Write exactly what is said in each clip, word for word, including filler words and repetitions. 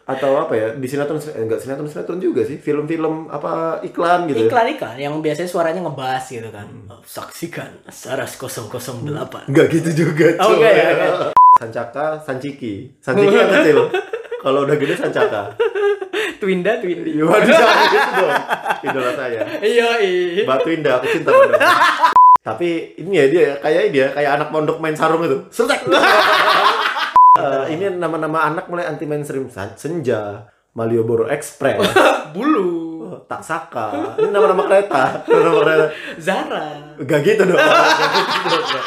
Atau apa ya, di sinetron, eh, enggak sinetron-sinetron juga sih, film-film apa iklan gitu. Iklan-iklan yang biasanya suaranya ngebass gitu kan. Hmm. Saksikan Saras nol nol delapan. Enggak gitu juga, oh, enggak ya, enggak. Sancaka, Sanciki. Sanciki yang kecil. Kalau udah gede Sancaka. Twinda, Twindi. Waduh, jangan gitu dong. Idola saya. Iya, iya. Mbak Twinda, aku cinta padamu. Tapi ini ya dia, kayak dia, kayak anak pondok main sarung itu. Selesai. Uh, ini nama-nama anak mulai anti mainstream. Senja, Malioboro Express, Bulu, oh, Taksaka. Ini nama-nama kereta. Nama kereta. Zara. Gak gitu dong. Gak gitu dong.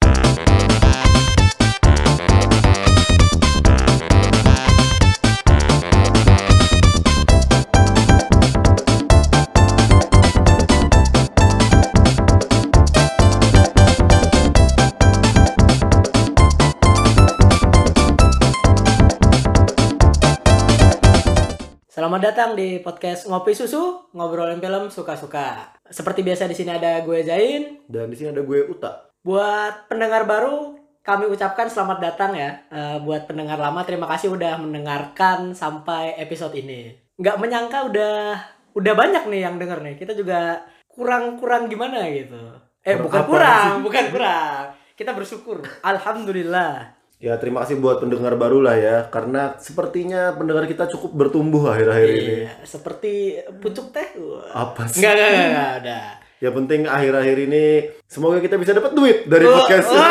Selamat datang di podcast Ngopi Susu, ngobrolin film suka-suka. Seperti biasa di sini ada gue Zain dan di sini ada gue Uta. Buat pendengar baru, kami ucapkan selamat datang ya. Uh, buat pendengar lama, terima kasih udah mendengarkan sampai episode ini. Nggak menyangka udah udah banyak nih yang denger nih. Kita juga kurang-kurang gimana gitu. Eh kurang bukan kurang, sih? bukan kurang. Kita bersyukur. Alhamdulillah. Ya terima kasih buat pendengar baru lah ya, karena sepertinya pendengar kita cukup bertumbuh akhir-akhir iya, ini. Seperti pucuk teh. Apa sih? Enggak, enggak, enggak, enggak, udah. Ya penting akhir-akhir ini semoga kita bisa dapat duit dari oh, podcast. Oh.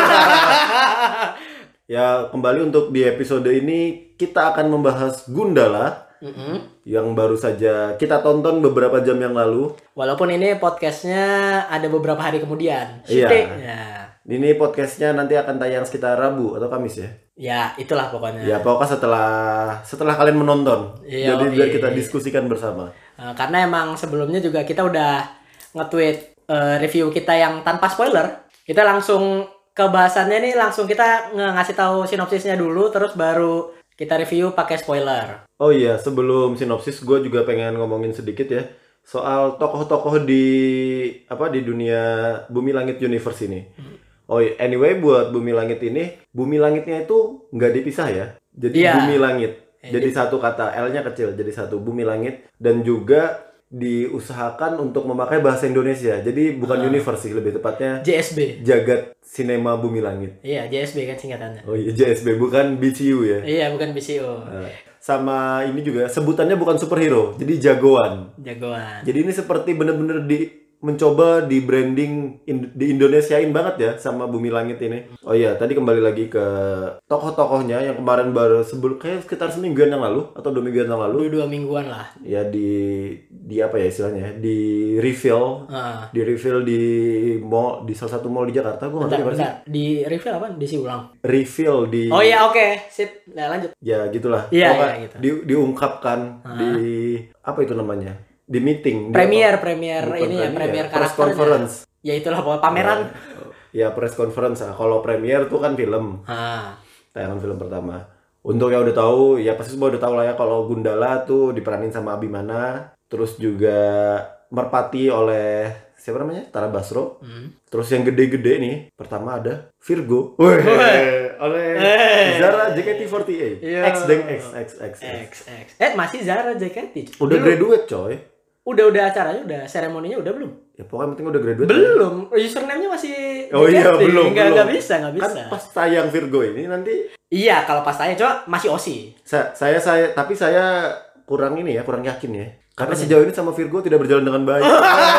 Ya kembali untuk di episode ini kita akan membahas Gundala mm-hmm. yang baru saja kita tonton beberapa jam yang lalu. Walaupun ini podcastnya ada beberapa hari kemudian. Iya. Ya. Ini podcastnya nanti akan tayang sekitar Rabu atau Kamis ya? Ya, itulah pokoknya. Ya, pokoknya setelah setelah kalian menonton. Iya, jadi iya, biar kita iya. diskusikan bersama. Uh, karena emang sebelumnya juga kita udah nge-tweet uh, review kita yang tanpa spoiler. Kita langsung ke bahasannya nih, langsung kita ngasih tahu sinopsisnya dulu, terus baru kita review pakai spoiler. Oh iya, sebelum sinopsis gue juga pengen ngomongin sedikit ya soal tokoh-tokoh di apa di dunia Bumi Langit Universe ini. Hmm. Oh anyway, buat Bumi Langit ini, Bumi Langitnya itu nggak dipisah ya. Jadi yeah. Bumi Langit. Jadi yeah. satu kata, L-nya kecil, jadi satu Bumi Langit. Dan juga diusahakan untuk memakai bahasa Indonesia. Jadi bukan uh. universe sih, lebih tepatnya J S B. Jagat Sinema Bumi Langit. Iya, J S B kan singkatannya. Oh iya, J S B, bukan B C U ya? Iya, bukan B C U. Nah, sama ini juga, sebutannya bukan superhero, jadi jagoan. Jagoan. Jadi ini seperti bener-bener di mencoba di branding in, di Indonesiain banget ya sama Bumi Langit ini. Oh iya, tadi kembali lagi ke tokoh-tokohnya yang kemarin baru sebelum kayak sekitar semingguan yang lalu atau dua mingguan yang lalu. Dua, dua mingguan lah. Ya di di apa ya istilahnya? Di reveal, uh. di reveal di mall di salah satu mall di Jakarta. Gue nggak tahu di mana. Di reveal apa? Diisi ulang. Reveal di. Oh iya oke, okay. Sip. Nah, lanjut. Ya gitulah. Iya, iya gitu. Di, diungkapkan uh. di apa itu namanya? Di meeting premier premier ini ya premier press conference ya itulah pokoknya pameran uh, ya press conference. Nah, kalau premier tuh kan film ah. tayangan film pertama. Untuk yang udah tahu ya pasti semua udah tahu lah ya kalau Gundala tuh diperanin sama Abimana, terus juga merpati oleh siapa namanya Tara Basro. hmm. Terus yang gede-gede nih pertama ada Virgo Weh, oleh hey. Zara J K T empat delapan yeah. X deng X X X X X eh masih Zara J K T udah graduate coy. Udah udah acaranya udah seremoninya udah belum? Ya pokoknya penting udah graduate. Belum. Ya. Username-nya masih Oh J K T. Iya belum. Nggak, belum. nggak bisa nggak bisa. Kan pas tayang Virgo ini nanti. Iya kalau pas tayang coba masih O S I. Sa- saya saya tapi saya kurang ini ya kurang yakin ya. Karena Apa sejauh ini sama Virgo tidak berjalan dengan baik.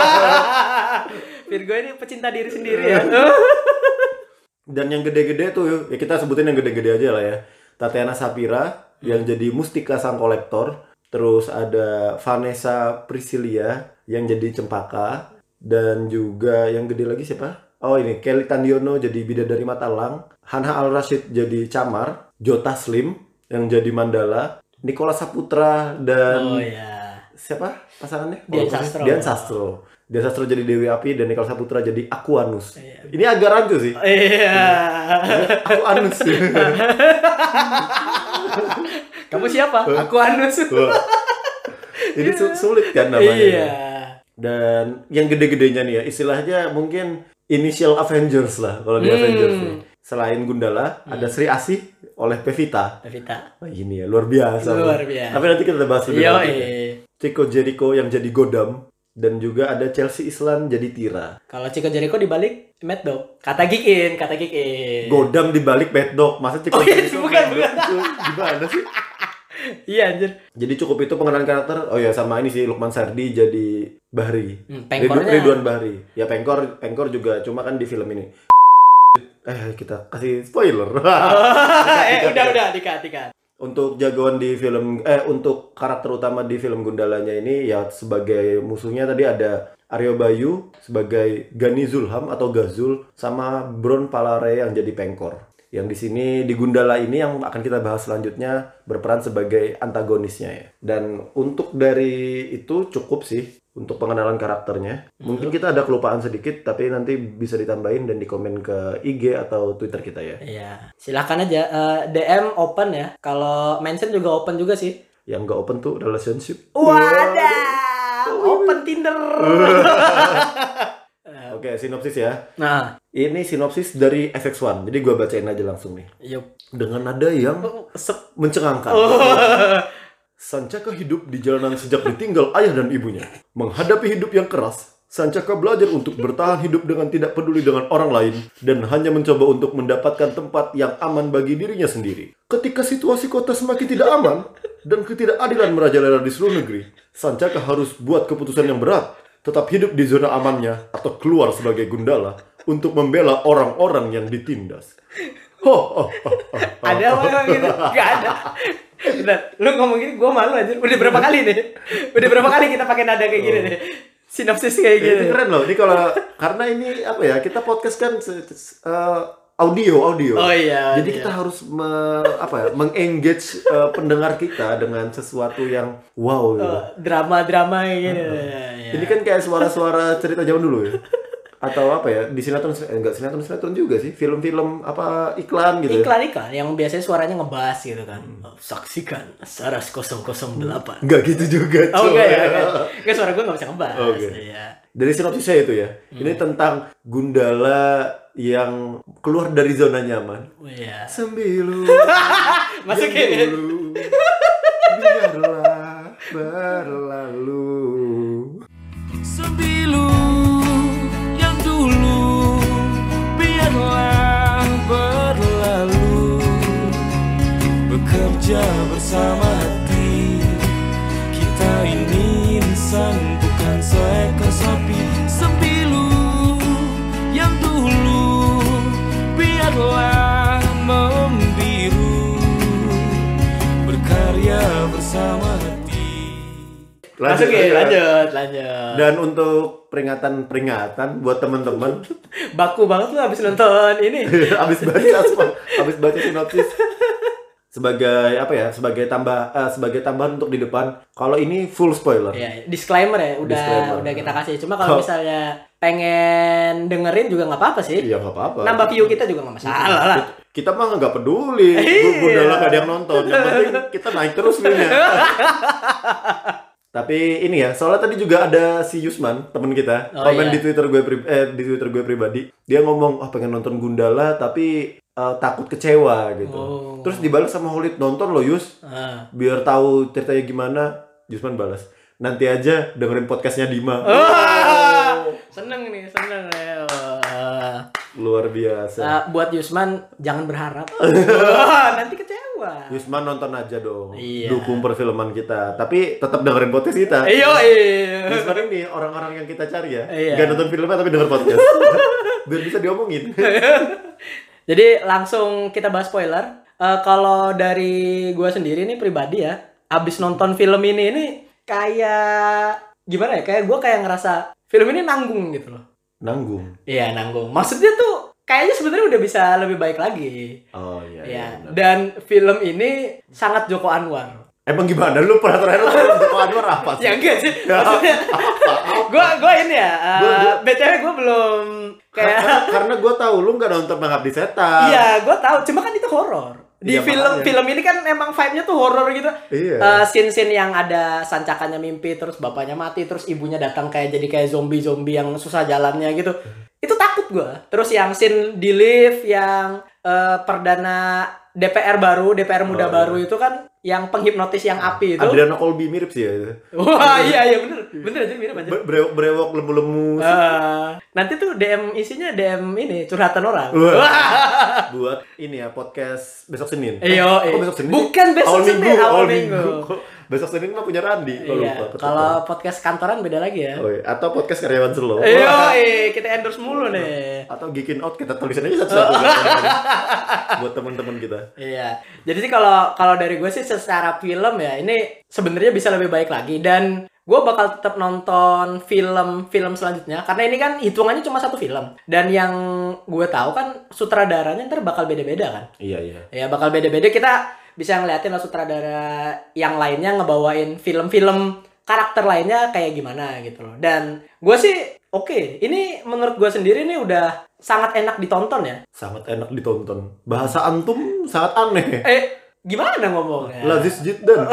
Virgo ini pecinta diri sendiri ya. Dan yang gede-gede tuh ya kita sebutin yang gede-gede aja lah ya. Tatiana Sapira hmm. yang jadi Mustika Sang Kolektor. Terus ada Vanessa Priscilia yang jadi Cempaka. Dan juga yang gede lagi siapa? Oh ini, Kelly Tandiono jadi Bidadari Matalang. Hanha Al-Rashid jadi Camar. Jota Slim yang jadi Mandala. Nikola Saputra dan... Oh iya. Siapa pasangannya? Dian Sastro. Dian Sastro. Dian Sastro jadi Dewi Api dan Nikola Saputra jadi Aquanus. Iya. Ini agak rancu sih. Iya. Aquanus. Kamu siapa? Aku Anus. Ini su- sulit kan namanya. Iya. Dan yang gede-gedenya nih ya, istilahnya mungkin initial Avengers lah kalau di hmm. Avengers nih. selain Gundala Hmm. ada Sri Asih oleh Pevita. Pevita. Wah, ini ya luar biasa. Luar Bang. biasa. Tapi nanti kita bahas lebih Yo, lanjut. ya. eh. Chico Jericho yang jadi Godam dan juga ada Chelsea Islan jadi Tira. Kalau Chico Jericho dibalik Mad Dog. Kata Gikin, kata Gikin. Godam dibalik Mad Dog. Masa Chico Oh, iya, Jericho bukan, Mad Dog bukan. itu gimana sih? Iya anjir. Jadi cukup itu pengenalan karakter. Oh ya sama ini sih Lukman Sardi jadi Bahri. Hmm, Ridwan, pengkornya. Ridwan Bahri. Ya Pengkor, Pengkor juga cuma kan di film ini. Eh kita kasih spoiler. eh udah udah dikat dikat. Untuk jagoan di film eh untuk karakter utama di film Gundalanya ini ya sebagai musuhnya tadi ada Aryo Bayu sebagai Gani Zulham atau Gazul sama Bron Palare yang jadi Pengkor. Yang di sini di Gundala ini yang akan kita bahas selanjutnya berperan sebagai antagonisnya ya. Dan untuk dari itu cukup sih untuk pengenalan karakternya. Mungkin kita ada kelupaan sedikit tapi nanti bisa ditambahin dan dikomen ke I G atau Twitter kita ya. Iya. Silakan aja eh, D M open ya. Kalau mention juga open juga sih. Yang nggak open tuh relationship. Wadah. Open Tinder. Oke, sinopsis ya. Nah, Ini sinopsis dari F X one. Jadi gua bacain aja langsung nih. yuk. Dengan nada yang Sep. mencengangkan. Sancaka hidup di jalanan sejak ditinggal ayah dan ibunya. Menghadapi hidup yang keras, Sancaka belajar untuk bertahan hidup dengan tidak peduli dengan orang lain dan hanya mencoba untuk mendapatkan tempat yang aman bagi dirinya sendiri. Ketika situasi kota semakin tidak aman dan ketidakadilan merajalela di seluruh negeri, Sancaka harus buat keputusan yang berat, tetap hidup di zona amannya atau keluar sebagai Gundala untuk membela orang-orang yang ditindas. Ho, ho, ho, ho. Ada apa emang gitu? Gak ada. Bentar, lu ngomong gini gue malu aja. Udah berapa kali nih? Udah berapa kali kita pakai nada kayak gini nih? Sinopsis kayak Ya, gini. ini keren loh. Ini kalau karena ini apa ya? Kita podcast kan se- se- uh, audio, audio. Oh iya. Jadi iya. kita harus me, apa ya? Mengengage uh, pendengar kita dengan sesuatu yang wow. gitu. Oh, drama-drama kayak gini. Ya. Ini kan kayak suara-suara cerita zaman dulu ya. Atau apa ya? Di sinetron eh, enggak sinetron sinetron juga sih. Film-film apa iklan gitu. ya. Iklan-iklan yang biasanya suaranya ngebas gitu kan. Oh, saksikan Saras nol nol delapan. Enggak gitu juga. Oh coy. enggak ya. Enggak, enggak suara gue enggak bisa ngebas. Oke. Iya. Dari sinopsisnya itu ya. Ini tentang Gundala yang keluar dari zona nyaman. Oh, iya. Sembilu Masukin. yang dulu biarlah berlalu. Sembilu yang dulu biarlah berlalu. Bekerja bersama hati, kita ini insan bukan seekor sapi. Sembilu yang dulu biarlah membiru. Berkarya bersama hati. Masukin, lanjut, lanjut. Dan untuk peringatan-peringatan buat teman-teman Baku banget lu abis nonton ini. habis baca habis baca sinopsis sebagai apa ya sebagai tambah eh, sebagai tambahan untuk di depan kalau ini full spoiler. Ya, disclaimer ya, udah Disclaimer. udah kita kasih. Cuma kalau misalnya pengen dengerin juga nggak apa-apa sih. Iya nggak apa-apa. Nambah view kita juga nggak masalah lah. Kita mah nggak peduli. Iya. Gundala nggak ada yang nonton. Yang penting kita naik terus view-nya. Tapi ini ya, soalnya tadi juga ada si Yusman, temen kita, Oh, komen iya. di Twitter gue pri- eh di Twitter gue pribadi. Dia ngomong, "Ah, pengen nonton Gundala tapi eh, takut kecewa gitu." Oh. Terus dibalas sama Holid, "Nonton lo Yus, Ah. biar tahu ceritanya gimana." Yusman balas, "Nanti aja dengerin podcastnya Dima." Wah, seneng nih, seneng nih. Wah. Luar biasa. Nah, buat Yusman jangan berharap. Wah, nanti kecewa. Yusman nonton aja dong, Iya. dukung perfilman kita. Tapi tetap dengerin podcast kita. Iyo, iya. Yusman ini orang-orang yang kita cari ya, Iya. nggak nonton filmnya tapi denger podcast, biar bisa diomongin. Jadi langsung kita bahas spoiler. Eh, kalau dari gue sendiri nih pribadi ya, abis nonton film ini ini kayak gimana ya? Kayak gue kayak ngerasa film ini nanggung gitu loh. Nanggung. Iya nanggung. Maksudnya tuh kayaknya sebenarnya udah bisa lebih baik lagi. Oh iya. Ya. benar. Dan film ini sangat Joko Anwar. Emang gimana? Lu pernah terakhir nonton Joko Anwar apa sih? Ya enggak sih. Maksudnya gue gue ini ya. Uh, Gua- gua- B T W gue belum kayak. Karena, karena gue tahu lu nggak nonton Mengabdi Setan. Iya, gue tahu. Cuma kan itu horor. Di Iya, film makanya. film ini kan emang vibe-nya tuh horor gitu. Iya. Eh, scene-scene yang ada sancakannya mimpi, terus bapaknya mati, terus ibunya datang kayak jadi kayak zombie-zombie yang susah jalannya gitu. Itu takut gue. Terus yang scene di lift yang eh, perdana D P R baru, D P R muda Oh, baru itu kan yang penghipnotis yang api itu. Adriana Colby mirip sih ya itu. Wah, iya iya bener. Bener aja mirip aja. Bre- Brewok-brewok lemu-lemu Eh, nanti tuh D M isinya D M ini curhatan orang. Wah. Wah. buat ini ya podcast besok Senin. Iyo, Eh, iya. kok besok Senin? Bukan besok awal Senin, minggu, awal awal minggu. Kok besok Senin mah punya Randi. Kok Iya, lupa. kecepatan. kalau podcast kantoran beda lagi ya. Oh, iya. Atau podcast karyawan slow. Iyo, iya, kita endorse mulu nih. Atau Geekin Out kita tulisin aja satu-satu. buat teman-teman kita. Iya. Jadi sih kalau kalau dari gue sih secara film ya ini sebenarnya bisa lebih baik lagi dan gue bakal tetap nonton film-film selanjutnya karena ini kan hitungannya cuma satu film dan yang gue tahu kan sutradaranya ntar bakal beda-beda kan. Iya, iya. Ya bakal beda-beda kita bisa ngeliatin lah sutradara yang lainnya ngebawain film-film karakter lainnya kayak gimana gitu loh. Dan gue sih oke, ini menurut gue sendiri nih udah sangat enak ditonton ya. Sangat enak ditonton. Bahasa antum sangat aneh. Eh, gimana ngomongnya? Lazis jiddan.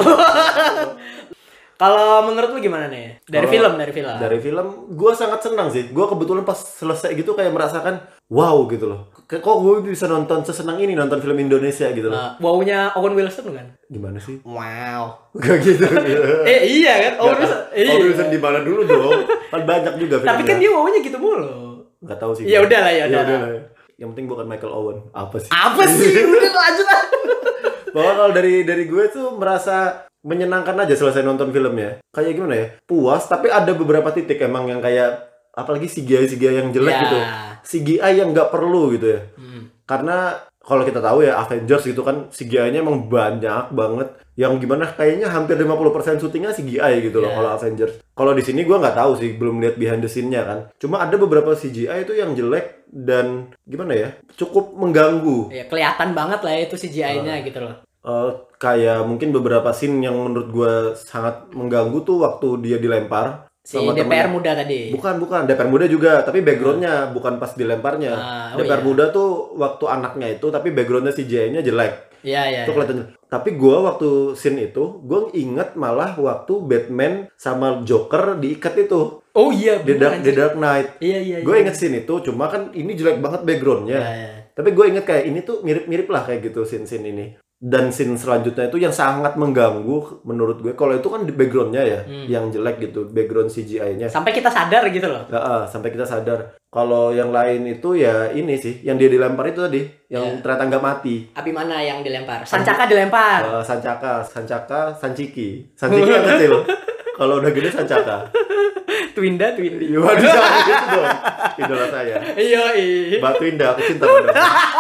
Kalau menurut lu gimana nih? Dari Kalau film, dari film. Dari film, gue sangat senang sih. Gue kebetulan pas selesai gitu kayak merasakan wow gitu loh. Kayak kok gue bisa nonton sesenang ini nonton film Indonesia gitu loh. Nah, wow-nya Owen Wilson kan? Gimana sih? Wow. Gak gitu. Eh iya kan? Owen Wilson. Iya. Oh, Wilson di mana dulu dong? Kan banyak juga filmnya. Tapi kan dia wow-nya gitu mulu. Gak tahu sih. Ya udah lah, ya udah lah. lah. Yang penting bukan Michael Owen. Apa sih? Apa sih? Udah lanjut lah. Bahwa kalau dari dari gue tuh merasa menyenangkan aja selesai nonton filmnya. Kayak gimana ya? Puas, tapi ada beberapa titik emang yang kayak apalagi C G I-C G I yang jelek Ya. gitu. C G I yang nggak perlu gitu ya. Hmm. Karena kalau kita tahu ya Avengers gitu kan C G I-nya emang banyak banget. Yang gimana kayaknya hampir lima puluh persen syutingnya C G I gitu loh Ya. kalau Avengers. Kalau di sini gua nggak tahu sih, belum lihat behind the scene-nya kan. Cuma ada beberapa C G I itu yang jelek dan gimana ya? Cukup mengganggu. Ya kelihatan banget lah ya itu C G I-nya gitu loh. Eh, kayak mungkin beberapa scene yang menurut gue sangat mengganggu tuh waktu dia dilempar Si sama D P R temennya. muda tadi. Bukan, bukan. D P R muda juga, tapi backgroundnya bukan pas dilemparnya. Ah, oh D P R iya. muda tuh waktu anaknya itu, tapi backgroundnya C G I-nya jelek. Iya, iya. Itu iya. kelihatan. Tapi gue waktu scene itu, gue inget malah waktu Batman sama Joker diikat itu. Oh iya, The bener, Dark, The anjir. Dark Knight. Iya, iya, Gue iya. inget scene itu, cuma kan ini jelek banget backgroundnya. Iya, iya. Tapi gue inget kayak ini tuh mirip-mirip lah kayak gitu scene-scene ini. Dan scene selanjutnya itu yang sangat mengganggu menurut gue. Kalau itu kan di backgroundnya ya, Hmm. yang jelek gitu, background C G I-nya. Sampai kita sadar gitu loh. Nggak, ah, sampai kita sadar. Kalau yang lain itu ya ini sih, yang dia dilempar itu tadi, yang Iya. ternyata nggak mati. Api mana yang dilempar? Sancaka dilempar. Eh, Sancaka, Sancaka, Sanciki. Sanciki yang kecil. Kalau udah gede Sancaka. Twinda, Twindi. Iya, waduh, jangan gitu dong. Idola saya. Iya, iya. Mbak Twinda, aku cinta padamu.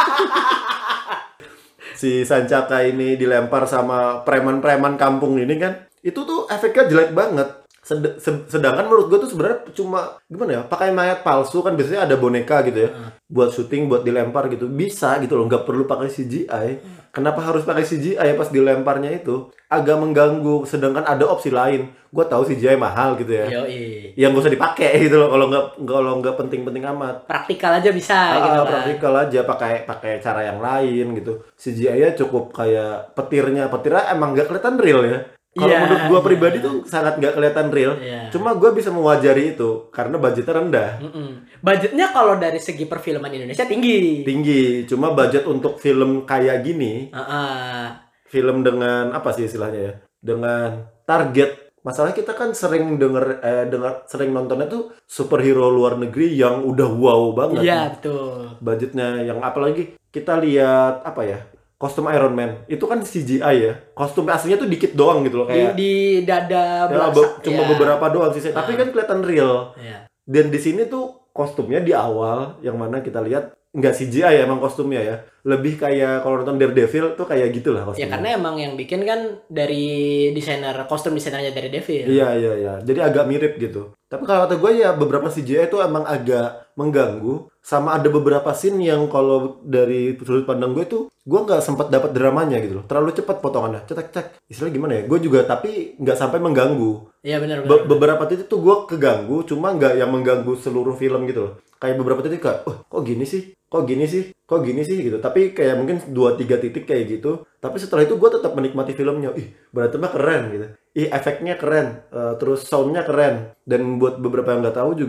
Si Sancaka ini dilempar sama preman-preman kampung ini kan, itu tuh efeknya jelek banget. Sed- se- sedangkan menurut gue tuh sebenarnya cuma gimana ya, pakai mayat palsu kan biasanya ada boneka gitu ya, buat syuting, buat dilempar gitu, bisa gitu loh, nggak perlu pakai C G I. Kenapa harus pakai C G I pas dilemparnya itu? Agak mengganggu. Sedangkan ada opsi lain. Gue tahu C G I mahal gitu ya. Yo, iya. Yang gak usah dipakai gitu loh, kalau nggak kalau nggak penting-penting amat. Praktikal aja bisa Ah, gitu kan. praktikal aja, pakai pakai cara yang lain gitu. C G I-nya cukup kayak petirnya, petirnya emang nggak kelihatan real ya. Kalau Iya, menurut gua iya. pribadi tuh sangat nggak kelihatan real. Iya. Cuma gua bisa mewajari itu karena budgetnya rendah, Mm-mm. Budgetnya kalau dari segi perfilman Indonesia tinggi. tinggi. Cuma budget untuk film kayak gini, Ah, ah. film dengan apa sih istilahnya ya? Dengan target. Masalahnya kita kan sering denger eh, dengar sering nontonnya tuh superhero luar negeri yang udah wow banget. Iya, betul. Budgetnya yang apalagi kita lihat apa ya, kostum Iron Man itu kan C G I ya, kostum aslinya tuh dikit doang gitu loh, Di, kayak di dada ya, belakang. be- cuma ya. beberapa doang sih, tapi Ah. kan kelihatan real. Iya. Dan di sini tuh kostumnya di awal yang mana kita lihat nggak C G I emang kostumnya ya, lebih kayak kalau nonton Daredevil tuh kayak gitulah Ya kostumnya. karena emang yang bikin kan dari desainer kostum desainernya dari Devil. Iya iya iya, jadi agak mirip gitu. Tapi kalau kata gue ya beberapa C G I itu emang agak mengganggu. Sama ada beberapa scene yang kalau dari sudut pandang gue tuh gue nggak sempat dapat dramanya gitu loh. Terlalu cepat potongannya, cetek cek. Istilahnya gimana ya? Gue juga tapi nggak sampai mengganggu. Iya benar Be- benar. beberapa titik tuh gue keganggu, cuma nggak yang mengganggu seluruh film gitu loh. Kayak beberapa titik kayak, oh kok gini sih? Kok gini sih? Kok gini sih? Gitu. Tapi kayak mungkin dua tiga titik kayak gitu. Tapi setelah itu gue tetap menikmati filmnya. Ih, berarti mah keren gitu. Ih, efeknya keren. Eh, terus soundnya keren. Dan buat beberapa yang nggak tahu juga,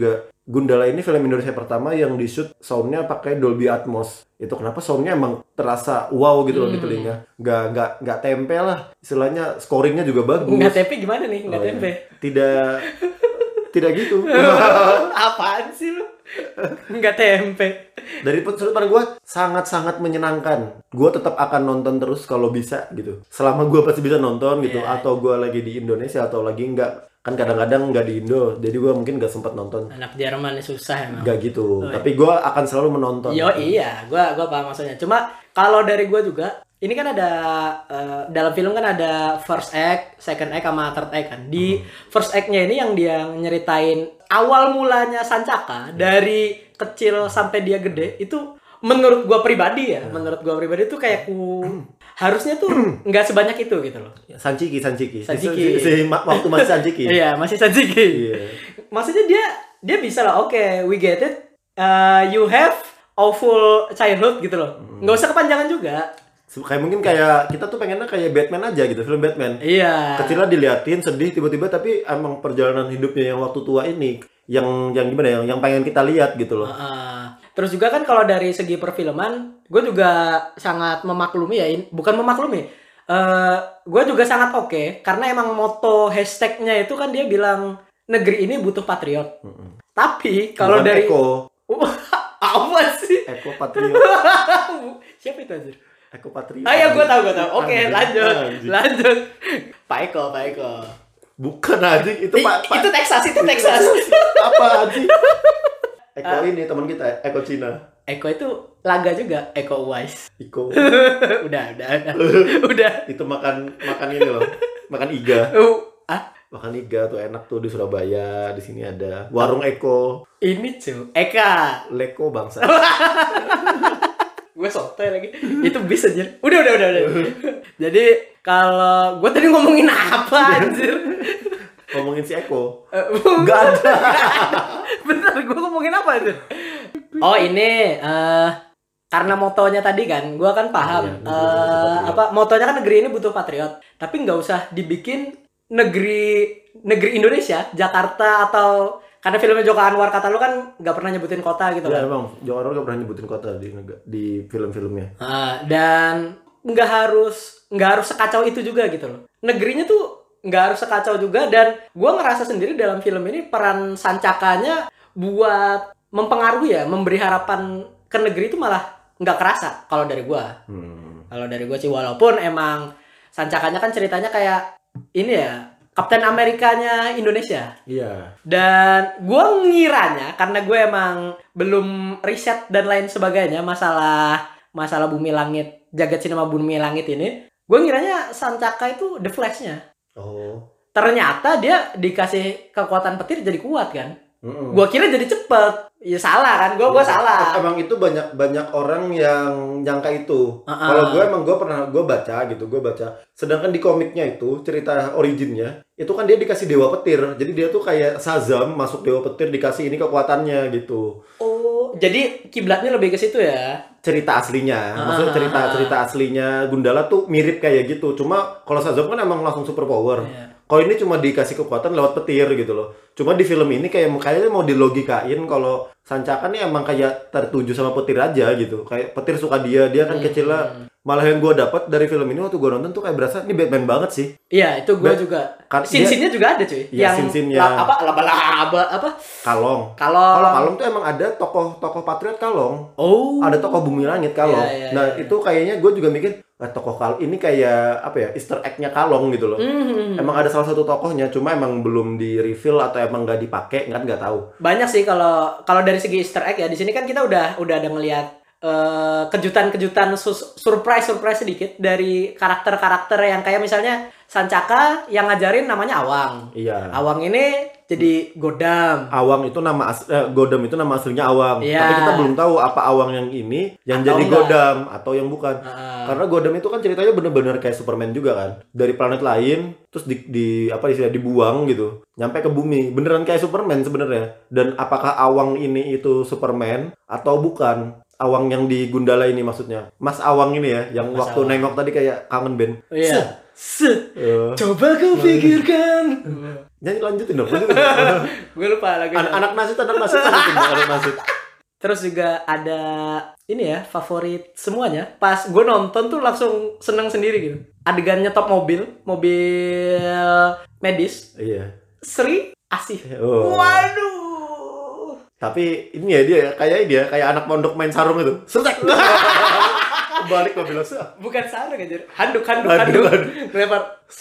Gundala ini film Indonesia pertama yang di shoot soundnya pakai Dolby Atmos. Itu kenapa soundnya emang terasa wow gitu loh di telinga. Nggak nggak nggak tempe lah. Istilahnya scoringnya juga bagus. Nggak tempe gimana nih? Nggak Oh, tempe. iya. Tidak tidak gitu. Apaan sih lu? Nggak tempe. Dari sudut pandang gue sangat-sangat menyenangkan. Gue tetap akan nonton terus kalau bisa gitu. Selama gue pasti bisa nonton gitu. Iya. Atau gue lagi di Indonesia atau lagi enggak. Kan kadang-kadang nggak di Indo. Jadi gue mungkin nggak sempat nonton. Anak Jerman susah emang. Nggak gitu. Oh, iya. Tapi gue akan selalu menonton. Yo iya, gua gua paham maksudnya. Cuma kalau dari gua juga, ini kan ada eh, dalam film kan ada first act, second act sama third act kan. Di first act-nya ini yang dia nyeritain awal mulanya Sancaka dari kecil sampai dia gede itu menurut gua pribadi ya, menurut gua pribadi itu kayak ku harusnya tuh nggak sebanyak itu gitu loh. Sanciki, Sanciki. Sanciki. Si, si, si- ma- waktu masih Sanciki. Iya, masih Sanciki. Iya. Maksudnya dia dia bisa lah, oke, we get it. Uh, you have awful childhood gitu loh. Nggak usah kepanjangan juga. Se- Kayak mungkin kayak kita tuh pengennya kayak Batman aja gitu, film Batman. Iya. Kecilnya diliatin sedih tiba-tiba tapi emang perjalanan hidupnya yang waktu tua ini yang yang gimana ya, yang pengen kita lihat gitu loh. Uh, terus juga kan kalau dari segi perfilman, gue juga sangat memaklumi ya, in- bukan memaklumi. Uh, gue juga sangat oke karena emang moto hashtagnya itu kan dia bilang negeri ini butuh patriot. Tapi kalau Bukan dari Eko, apa sih? Eko Patriot, Siapa itu anjir? Eko Patriot. Ah ya gue tahu gue tahu. Oke Anjing, lanjut anjing. lanjut. Pak Eko Pak Eko. Bukan anjing, itu I- Pak. Pak- itu Texas itu Texas. Apa anjing? Eko Ah. ini teman kita, Eko Cina. Eko itu laga juga Eko Uwais. Iko. udah udah udah. udah. Itu makan makan ini loh. Makan iga. Uh, ah Makan iga tuh enak tuh di Surabaya. Di sini ada warung Eko. ini cu Eka. Leko bangsa. Gue sotoy lagi. Itu bisa anjir. Udah udah udah udah. Jadi kalau gue tadi ngomongin apa anjir? Ngomongin si Eko. Eh, Gak ada. Bentar, gue ngomongin apa itu? Oh ini, eh karena motonya tadi kan, gue kan paham. Iya, negeri eh butuh patriot. apa motonya kan negeri ini butuh patriot. Tapi nggak usah dibikin negeri negeri Indonesia, Jakarta atau karena filmnya Joko Anwar kata lu kan nggak pernah nyebutin kota gitu Ya kan. emang Joko Anwar gak pernah nyebutin kota di neg- di film-filmnya. Ah, dan nggak harus nggak harus sekacau itu juga gitu loh. Negerinya tuh nggak harus sekacau juga dan gue ngerasa sendiri dalam film ini peran Sancakanya buat mempengaruhi ya, memberi harapan ke negeri itu malah nggak kerasa kalau dari gue. Hmm. Kalau dari gue sih walaupun emang Sancakanya kan ceritanya kayak ini ya, Kapten Amerikanya Indonesia. Iya. Dan gue ngiranya karena gue emang belum riset dan lain sebagainya masalah masalah bumi langit, jagat sinema bumi langit ini, gue ngiranya Sancaka itu The Flash-nya. Oh. Ternyata dia dikasih kekuatan petir jadi kuat kan. Mm-mm. Gue kira jadi cepet. Ya salah kan, gue gue salah. Emang itu banyak banyak orang yang nyangka itu. Uh-uh. Kalau gue emang gue pernah gue baca gitu, gue baca. Sedangkan di komiknya itu cerita originnya itu kan dia dikasih dewa petir. Jadi dia tuh kayak Shazam masuk dewa petir dikasih ini kekuatannya gitu. Oh, jadi kiblatnya lebih ke situ ya. Cerita aslinya, maksudnya cerita cerita aslinya Gundala tuh mirip kayak gitu. Cuma kalau Shazam kan emang langsung super power. Iya. Kalau ini cuma dikasih kekuatan lewat petir gitu loh. Cuma di film ini kayak kayaknya mau dilogikain kalau Sancaka nih emang kayak tertuju sama petir aja gitu. Kayak petir suka dia, dia kan Hmm. kecilnya. Malah yang gue dapat dari film ini waktu gue nonton tuh kayak berasa ini Batman banget sih. Iya, itu gue Ba- juga. kan Sin-sinnya juga ada cuy. Iya, yang sin-sinnya. la- apa laba-laba apa? Kalong. Kalau Kalau Kalong tuh emang ada tokoh-tokoh patriot Kalong. Oh. Ada tokoh Bumi Langit Kalong. Iya, iya, nah iya. itu kayaknya gue juga mikir, ah, tokoh Kalong ini kayak apa ya? Easter egg-nya Kalong gitu loh. Hmm. Emang ada salah satu tokohnya, cuma emang belum di reveal atau emang nggak dipakai, kan nggak tahu. Banyak sih kalau kalau dari segi Easter egg ya. Di sini kan kita udah udah ada ngelihat eh, kejutan-kejutan sus- surprise-surprise sedikit dari karakter-karakter yang kayak misalnya Sancaka yang ngajarin namanya Awang. Iya. Awang ini jadi Godam. Awang itu nama as eh, Godam itu nama aslinya Awang. Iya. Tapi kita belum tahu apa Awang yang ini yang Atau jadi enggak. Godam atau yang bukan. Heeh. Karena Godam itu kan ceritanya bener-bener kayak Superman juga kan. Dari planet lain terus di, di apa istilah dibuang gitu, nyampe ke bumi. Beneran kayak Superman sebenarnya. Dan apakah Awang ini itu Superman atau bukan? Awang yang di Gundala ini maksudnya. Mas Awang ini ya, yang Mas waktu Awang. nengok tadi kayak kangen band. Iya. Se. Eh, Coba kau pikirkan. Nyanyi lanjutin dong. lanjutin. Gue lupa lagi. An- anak nasit, anak nasit, lanjutin dong, anak nasit. Terus juga ada ini ya, favorit semuanya. Pas gue nonton tuh langsung seneng sendiri gitu. Adegan nyetop mobil, mobil medis. Iya. Sri Asih. Oh. Waduh. Tapi ini ya dia kayak dia kayak anak pondok main sarung itu. Setek. Balik mobil langsung. Bukan sarung aja. Handuk, handuk, Handuk, handuk. Lempar.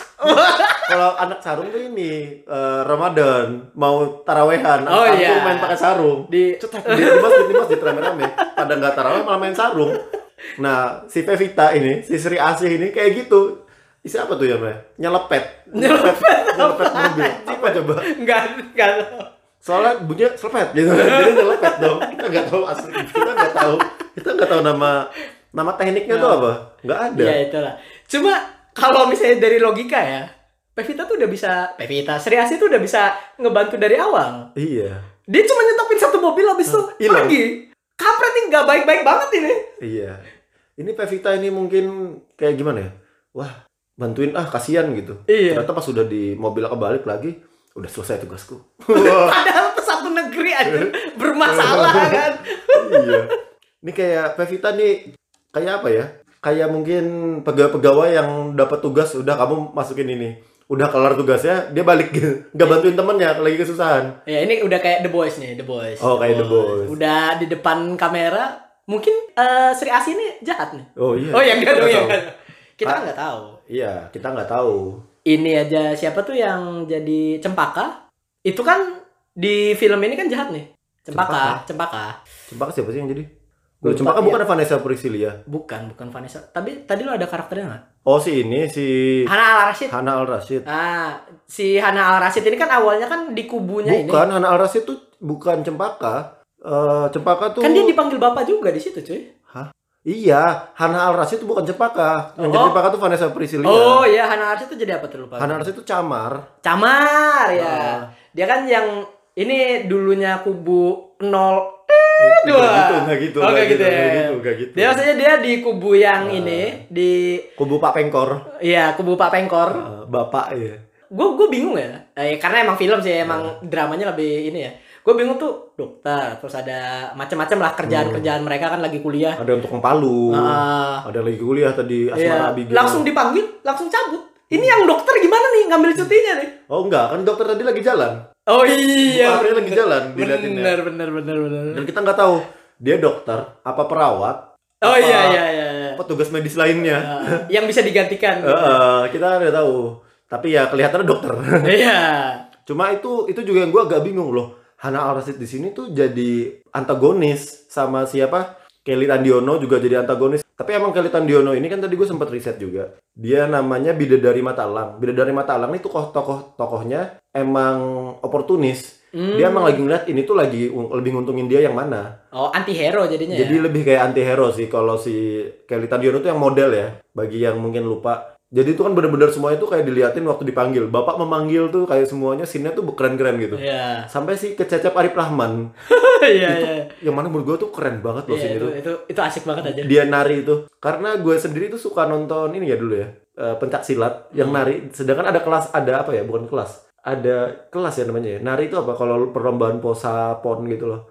Kalau anak sarung tuh ini eh, Ramadan mau tarawehan, Oh, anak iya. tuh main pakai sarung. Di Cetek di, di masjid, di masjid rame-rame. Pada nggak taraweh malah main sarung. Nah, si Pevita ini, si Sri Asih ini kayak gitu. Isi apa tuh ya, Mbak? Nyelepet. Nyelepet. Nyelepet mobil. Apa coba? enggak enggak. Soalnya bunyinya selepet gitu. Jadi nyelepet dong. Kita nggak tahu asli. Kita nggak tahu. Kita nggak tahu nama nama tekniknya tuh apa. Nggak ada. Ya itulah. Cuma kalau misalnya dari logika ya, Pevita tuh udah bisa, Pevita, Sri Asih tuh udah bisa ngebantu dari awal. Iya. Dia cuma nyetopin satu mobil habis itu hilang. pergi. Kampret nih nggak baik-baik banget ini. Iya. Ini Pevita ini mungkin kayak gimana ya? Wah, bantuin ah, kasihan gitu. Iya. Ternyata pas udah di mobil kebalik lagi, udah selesai tugasku. Padahal satu negeri aja bermasalah kan. Iya. Ini kayak Pevita nih kayak apa ya? Kayak mungkin pegawai-pegawai yang dapat tugas udah kamu masukin ini. Udah kelar tugasnya, dia balik gitu. Nggak bantuin temennya lagi kesusahan. Ya ini udah kayak The Boys nih, The Boys. Oh, kayak The Boys. Udah di depan kamera, mungkin eh, Sri Asih ini jahat nih. Oh iya. Oh ya enggak dong Nggak ya. tahu. enggak. Kita kan Ah. nggak tahu. Iya, kita nggak tahu. Ini aja siapa tuh yang jadi Cempaka? Itu kan di film ini kan jahat nih. Cempaka, Cempaka. Cempaka siapa sih yang jadi? Gua Loh, Cempaka lupa, bukan Vanessa Priscilia. Bukan, bukan Vanessa. Tapi tadi lo ada karakternya nggak? Oh si ini si Hana Al Rashid. Hana Al Rashid. Nah, si Hana Al Rashid ini kan awalnya kan di kubunya ini. Bukan, Hana Al Rashid tuh bukan Cempaka. Eh, Cempaka tuh Kan dia dipanggil bapak juga di situ, cuy. Hah? Iya, Hana Al Rashid tuh bukan Cempaka. Yang Oh. jadi Cempaka tuh Vanessa Priscilia. Oh iya, Hana Al Rashid itu jadi apa tuh lupa? Hana Al Rashid tuh camar. Camar ya. Ah. Dia kan yang ini dulunya kubu nol. Nggak Dua. gitu, nggak gitu, Oh, nggak nggak gitu ya. nggak gitu, nggak gitu. Dia maksudnya dia di kubu yang Ah. ini di Kubu Pak Pengkor. iya, kubu Pak Pengkor. Eh, Bapak ya. Gue gue bingung ya. Eh, karena emang film sih emang dramanya lebih ini ya. Gue bingung tuh dokter, terus ada macam-macam lah kerjaan-kerjaan mereka kan lagi kuliah. Ada yang tukang palu. Ah. Ada yang lagi kuliah tadi Iya, Asmara Abigail. langsung dipanggil, langsung cabut. Ini yang dokter gimana nih ngambil cutinya nih? Oh enggak, kan dokter tadi lagi jalan. Oh iya. Dokternya lagi jalan diliatinnya. Bener bener bener bener. Dan kita nggak tahu dia dokter apa perawat. Oh apa iya iya iya. iya. Petugas medis lainnya. Eh, yang bisa digantikan. Heeh, kita nggak tahu. Tapi ya kelihatannya dokter. Iya. Cuma itu itu juga yang gue agak bingung loh. Hana Al Rashid di sini tuh jadi antagonis sama siapa? Kelly Tandiono juga jadi antagonis. Tapi emang Kelly Tandiono ini kan tadi gue sempat riset juga. Dia namanya Bidadari Matalang. Bidadari Matalang ini tokoh tokoh tokohnya emang oportunis. Hmm. Dia emang lagi ngeliat ini tuh lagi un- lebih nguntungin dia yang mana. Oh anti hero jadinya Jadi ya. lebih kayak anti hero sih kalau si Kelly Tandiono tuh yang model ya. Bagi yang mungkin lupa. Jadi itu kan benar-benar semuanya tuh kayak diliatin waktu dipanggil. Bapak memanggil tuh kayak semuanya scene-nya tuh keren-keren gitu. Iya. Sampai si kececep Arif Rahman. Iya itu iya. yang mana menurut gue tuh keren banget loh Iya, scene itu, itu. itu itu asik banget aja. Dia nari itu. Karena gue sendiri tuh suka nonton ini ya dulu ya. eh, pencak silat yang Hmm. nari. Sedangkan ada kelas, ada apa ya? Bukan kelas. Ada kelas ya namanya ya. Nari itu apa? Kalau perlombaan posa pon gitu loh.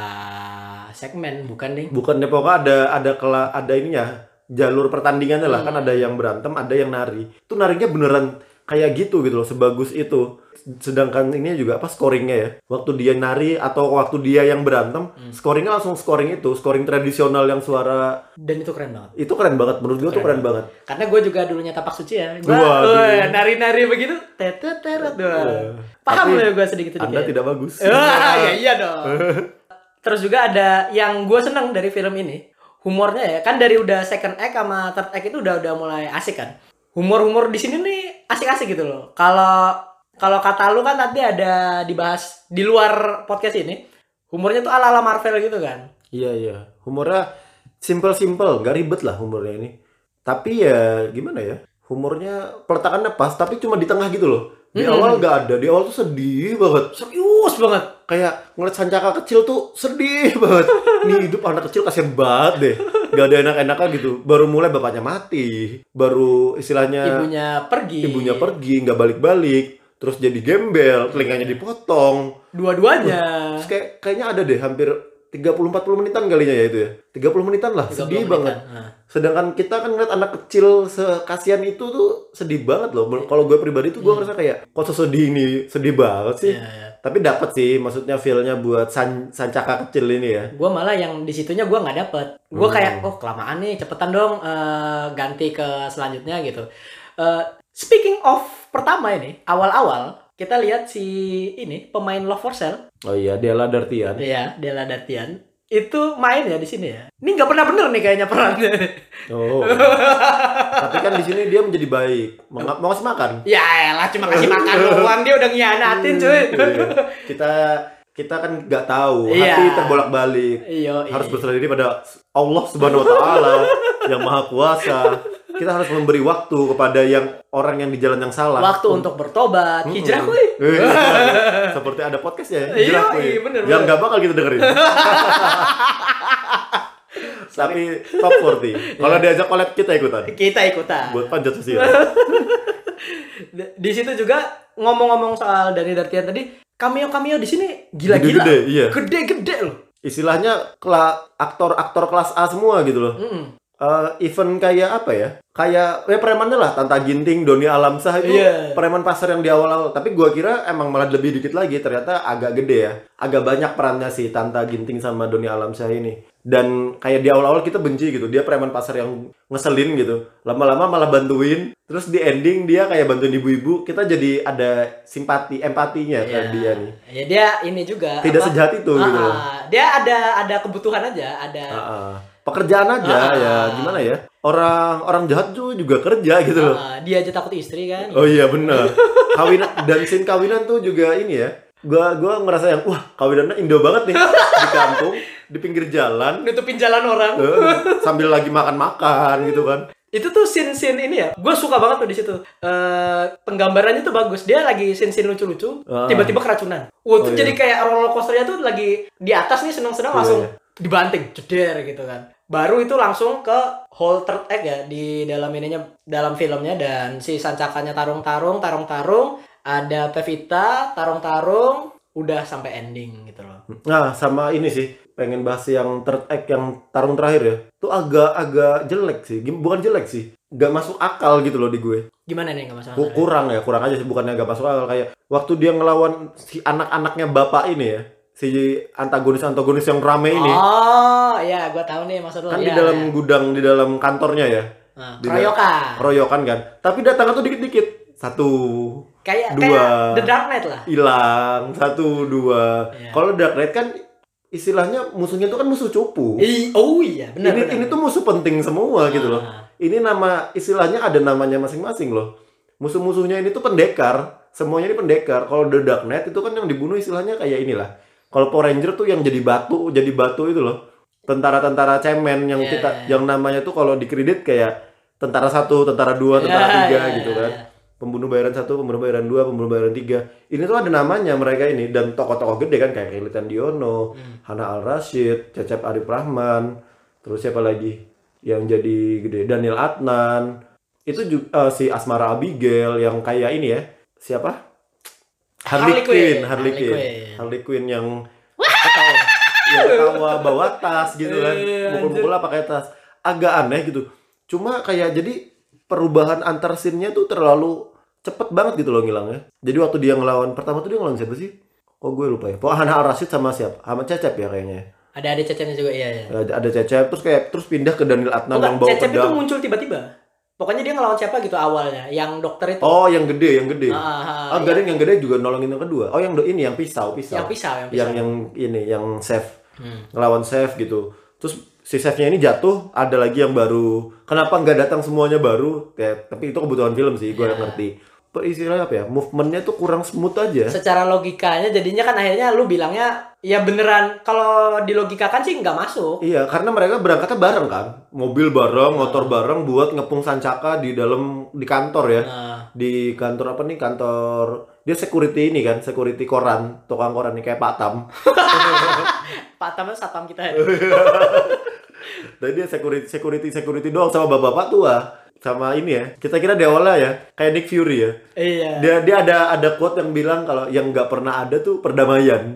Ah, segmen bukan ding. Bukannya pokoknya ada ada kelas ada ininya jalur pertandingannya lah. Hmm. Kan ada yang berantem, ada yang nari. Itu narinya beneran kayak gitu gitu loh, sebagus itu. Sedangkan ini juga apa scoringnya ya. Waktu dia nari atau waktu dia yang berantem, Hmm. scoringnya langsung scoring itu, scoring tradisional yang suara Dan itu keren banget. itu keren banget menurut gue tuh Keren keren banget. Karena gue juga dulunya tapak suci ya. Gue Waduh. nari-nari begitu, tetet teret Iya. Paham Tapi loh gue sedikit sedikit. Anda tidak bagus. Wah, ya iya dong. Terus juga ada yang gue seneng dari film ini, humornya ya. Kan dari udah second act sama third act itu udah udah mulai asik kan. Humor-humor di sini nih asik-asik gitu loh. Kalau kalau kata lu kan tadi ada dibahas di luar podcast ini, humornya tuh ala-ala Marvel gitu kan. Iya iya. Humornya simple-simple, nggak ribet lah humornya ini. Tapi ya gimana ya? Humornya peletakannya pas, tapi cuma di tengah gitu loh. Di Mm-mm. awal nggak ada, di awal tuh sedih banget. Serius banget. kayak ngeliat Sancaka kecil tuh sedih banget. Nih hidup anak kecil kasihan banget deh. Gak ada enak-enakan gitu. Baru mulai bapaknya mati, baru istilahnya Ibunya pergi. ibunya pergi, nggak balik-balik, terus jadi gembel, telinganya dipotong. Dua-duanya. Terus kayak kayaknya ada deh hampir tiga puluh sampai empat puluh menitan kalinya ya itu ya. tiga puluh menitan lah, tiga puluh sedih menitan. banget. Nah. Sedangkan kita kan ngeliat anak kecil sekasian itu tuh sedih banget loh. Kalau gue pribadi tuh gue ngerasa kayak kok sesedih ini, sedih banget sih. Iya, iya. Tapi dapat sih, maksudnya feel-nya buat san Sancaka kecil ini ya. Gue malah yang di situnya gue nggak dapet. Gue Hmm. kayak, oh kelamaan nih, cepetan dong eh, ganti ke selanjutnya gitu. Eh, speaking of pertama ini, awal-awal kita lihat si ini pemain Love for Sale, Oh iya, Della Dartian. ya Della Dartian, itu main ya di sini ya. Ini nggak pernah bener nih kayaknya perannya. Oh. Tapi kan di sini dia menjadi baik. Mau, mau ngasih makan. Ya elah, cuma kasih makan doang, dia udah ngianatin cuy. Iya. Kita kita kan nggak tahu, Iya. hati terbolak-balik. Iya, Harus iya. berserah diri pada Allah Subhanahu wa taala yang Maha Kuasa. Kita harus memberi waktu kepada yang orang yang di jalan yang salah. Waktu untuk bertobat, Mm-mm. hijrah kuy. Eh, Seperti ada podcast ya. Iya, Hijrah, kuy. iya, bener, Yang bener. nggak bakal kita dengerin. Tapi top empat puluh. Kalau diajak collab kita ikutan. Kita ikutan. Buat panjat sosial. Di- Di situ juga ngomong-ngomong soal Dani Dartian tadi, cameo-cameo di sini gila-gila. Gede-gede, iya. Gede-gede loh. Istilahnya kela- aktor-aktor kelas A semua gitu loh. Mm-mm. Eh, event kayak apa ya? Kayak ya premannya lah, Tanta Ginting, Doni Alamsyah itu Iya. preman pasar yang di awal-awal. Tapi gua kira emang malah lebih dikit lagi. Ternyata agak gede ya. Agak banyak perannya sih Tanta Ginting sama Doni Alamsyah ini. Dan kayak di awal-awal kita benci gitu. Dia preman pasar yang ngeselin gitu. Lama-lama malah bantuin. Terus di ending dia kayak bantuin ibu-ibu. Kita jadi ada simpati, empatinya ke Iya. dia nih. Ya dia ini juga Tidak apa, sejahat itu ah, gitu loh. ah, dia ada ada kebutuhan aja, ada Ah, ah. Pekerjaan aja Ah. ya, gimana ya? Orang orang jahat tuh juga kerja gitu loh. ah, dia aja takut istri kan. Oh iya benar. Kawinan dan scene kawinan tuh juga ini ya. Gua gua ngerasa yang wah, kawinannya Indo banget nih. Di kampung, di pinggir jalan, Nutupin jalan orang. eh, sambil lagi makan-makan gitu kan. Itu tuh scene-scene ini ya. Gue suka banget tuh di situ. Eh penggambarannya tuh bagus. Dia lagi scene-scene lucu-lucu, Ah. tiba-tiba keracunan. Wah, Oh, itu iya. jadi kayak roller coasternya tuh lagi di atas nih seneng-seneng Iya, langsung iya. dibanting, ceder gitu kan. Baru itu langsung ke whole third act ya di dalam ininya, dalam filmnya, dan si Sancakanya tarung-tarung, tarung-tarung, ada Pevita tarung-tarung, udah sampai ending gitu loh. Nah, sama ini sih, pengen bahas yang third act yang tarung terakhir ya. Tuh agak-agak jelek sih. Gim- Bukan jelek sih. Gak masuk akal gitu loh di gue. Gimana nih, nggak masalah? Ku- kurang ya, kurang aja sih, bukannya gak masuk akal. Kayak waktu dia ngelawan si anak-anaknya bapak ini ya, si antagonis-antagonis yang rame ini. Oh, ya, gue tahu nih maksud lo. Kan di ya, dalam ya. gudang, di dalam kantornya ya. Nah, Di- keroyokan. Keroyokan kan. Tapi datangnya tuh dikit-dikit. Satu, Kayak dua. kayak The Dark Knight lah. hilang. Satu, dua. Iya. Kalau Dark Knight kan istilahnya musuhnya tuh kan musuh cupu. I, oh iya, benar ini benar. ini tuh musuh penting semua gitu loh. Ah. Ini nama istilahnya ada namanya masing-masing loh. Musuh-musuhnya ini tuh pendekar, semuanya ini pendekar. Kalau The Dark Knight itu kan yang dibunuh istilahnya kayak inilah. Kalau Power Ranger tuh yang jadi batu, jadi batu itu loh. Tentara-tentara cemen yang Iya, kita iya. yang namanya tuh kalau dikredit kayak tentara satu, tentara dua, tentara Ya, tiga ya, gitu ya, kan. ya. Pembunuh bayaran satu, pembunuh bayaran dua, pembunuh bayaran tiga. Ini tuh ada namanya mereka ini dan tokoh-tokoh gede kan kayak Kilitan Diono, Hmm. Hana Al Rashid, Cecep Arif Rahman, terus siapa lagi yang jadi gede, Daniel Adnan. Itu juga si Asmara Abigail yang kayak ini ya. Siapa? Harley, Harley Quinn, Quinn. Harley Harley Quinn. Quinn. Harley Quinn yang ketawa, yang ketawa bawa tas gitu kan. Eh, Mukul-mukul lah pakai tas. Agak aneh gitu. Cuma kayak jadi perubahan antar scene-nya tuh terlalu cepet banget gitu loh ngilangnya. Jadi waktu dia ngelawan pertama tuh dia ngelawan siapa sih? Oh gue lupa ya. Pokoknya Hana Al Rashid sama siapa? Sama Cecep ya kayaknya. Ada ada Cecepnya juga, iya ya. Ada, ada Cecep terus kayak terus pindah ke Daniel Adnan yang bawa Cecep itu pedang. muncul tiba-tiba. Pokoknya dia ngelawan siapa gitu awalnya, yang dokter itu. Oh, yang gede, yang gede. Ah, ah, Ah, iya. Gading yang gede juga nolongin yang kedua. Oh, yang do- ini yang pisau, pisau. Yang pisau, yang pisau. Yang yang ini, yang chef. Hmm. Ngelawan chef gitu. Terus si chefnya ini jatuh, ada lagi yang baru. Kenapa nggak datang semuanya baru? Kayak, tapi itu kebutuhan film sih, gue Ya. ngerti. Per- Istilahnya apa ya? Movementnya tuh kurang smooth aja. Secara logikanya jadinya kan akhirnya lu bilangnya ya beneran, kalau dilogikakan sih nggak masuk. Iya, karena mereka berangkatnya bareng kan, mobil bareng, motor bareng, buat ngepung Sancaka di dalam di kantor ya, Nah, di kantor apa nih, kantor dia security ini kan, security koran, tukang koran nih kayak Pak Tam. Pak Tam itu satpam kita ya. Dan dia security security security doang sama bapak-bapak tua. Sama ini ya, kita kira di awalnya ya kayak Nick Fury ya. Iya. Dia dia ada ada quote yang bilang kalau yang nggak pernah ada tuh perdamaian.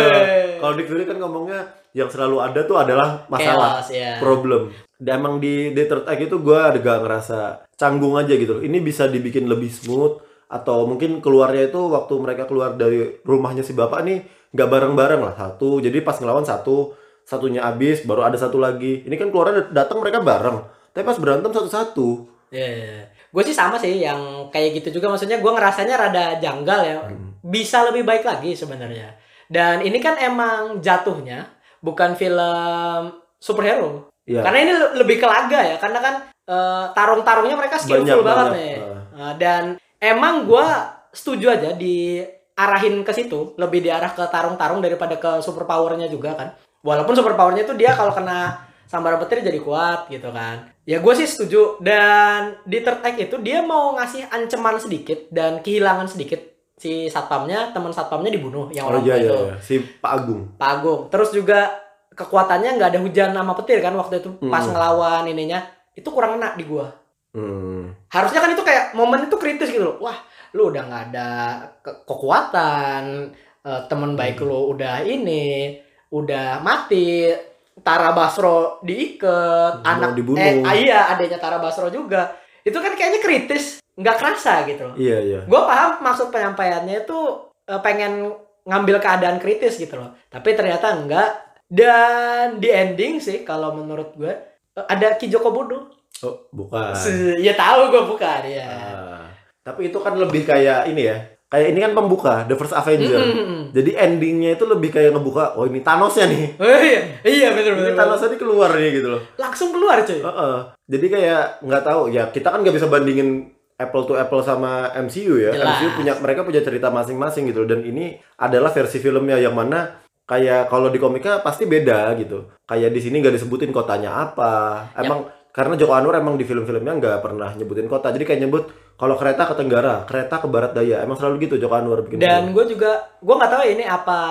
Uy. Kalau Nick Fury kan ngomongnya yang selalu ada tuh adalah masalah, Chaos, ya. problem. Dan emang di di Third Act itu gue agak ngerasa canggung aja gitu. Ini bisa dibikin lebih smooth atau mungkin keluarnya itu waktu mereka keluar dari rumahnya si bapak nih nggak bareng-bareng lah satu. Jadi pas ngelawan satu, satunya habis baru ada satu lagi. Ini kan keluarnya datang mereka bareng, tapi pas berantem satu-satu. Iya, yeah. Gue sih sama sih yang kayak gitu juga. Maksudnya gue ngerasanya rada janggal ya. Hmm. Bisa lebih baik lagi sebenarnya. Dan ini kan emang jatuhnya bukan film superhero. Yeah. Karena ini lebih ke laga ya. Karena kan uh, tarung-tarungnya mereka skillful banyak, banget banyak. nih. Uh. Uh, dan emang gue setuju aja diarahin ke situ. Lebih diarah ke tarung-tarung daripada ke superpowernya juga kan. Walaupun superpowernya itu dia kalau kena sambaran petir jadi kuat gitu kan. Ya gue sih setuju. Dan di Third Act itu dia mau ngasih ancaman sedikit dan kehilangan sedikit si satpamnya, teman satpamnya dibunuh yang oh, orang iya, itu. Iya, iya. Si Pak Agung. Pak Agung. Terus juga kekuatannya nggak ada hujan sama petir kan waktu itu pas hmm. ngelawan ininya. Itu kurang kena di gue. Hmm. Harusnya kan itu kayak momen itu kritis gitu loh. Wah, lu udah nggak ada ke- kekuatan, uh, teman baik hmm. lu udah ini, udah mati. Tara Basro diikat, anak dibunuh. eh iya adanya Tara Basro juga. Itu kan kayaknya kritis, nggak kerasa gitu loh. Iya, iya. Gue paham maksud penyampaiannya itu uh, pengen ngambil keadaan kritis gitu loh. Tapi ternyata enggak. Dan di ending sih kalau menurut gue uh, ada Ki Joko Bodo. Oh, bukan. Se- ya tahu gue bukan ya. Ah, tapi itu kan lebih kayak ini ya. Kayak ini kan pembuka, The First Avenger. Mm-hmm. Jadi endingnya itu lebih kayak ngebuka, oh ini Thanosnya nih. Oh iya, iya betul-betul. Ini Thanosnya nih keluar nih gitu loh. Langsung keluar cuy. Uh-uh. Jadi kayak nggak tahu ya, kita kan nggak bisa bandingin apple to apple sama M C U ya. Jelas. M C U punya mereka punya cerita masing-masing gitu. Dan ini adalah versi filmnya yang mana kayak kalau di komiknya pasti beda gitu. Kayak di sini nggak disebutin kotanya apa. Emang yep. Karena Joko Anwar emang di film-filmnya nggak pernah nyebutin kota. Jadi kayak nyebut kalau kereta ke Tenggara, kereta ke Barat Daya. Emang selalu gitu Joko Anwar bikin. Dan gue juga, gue nggak tahu ini apa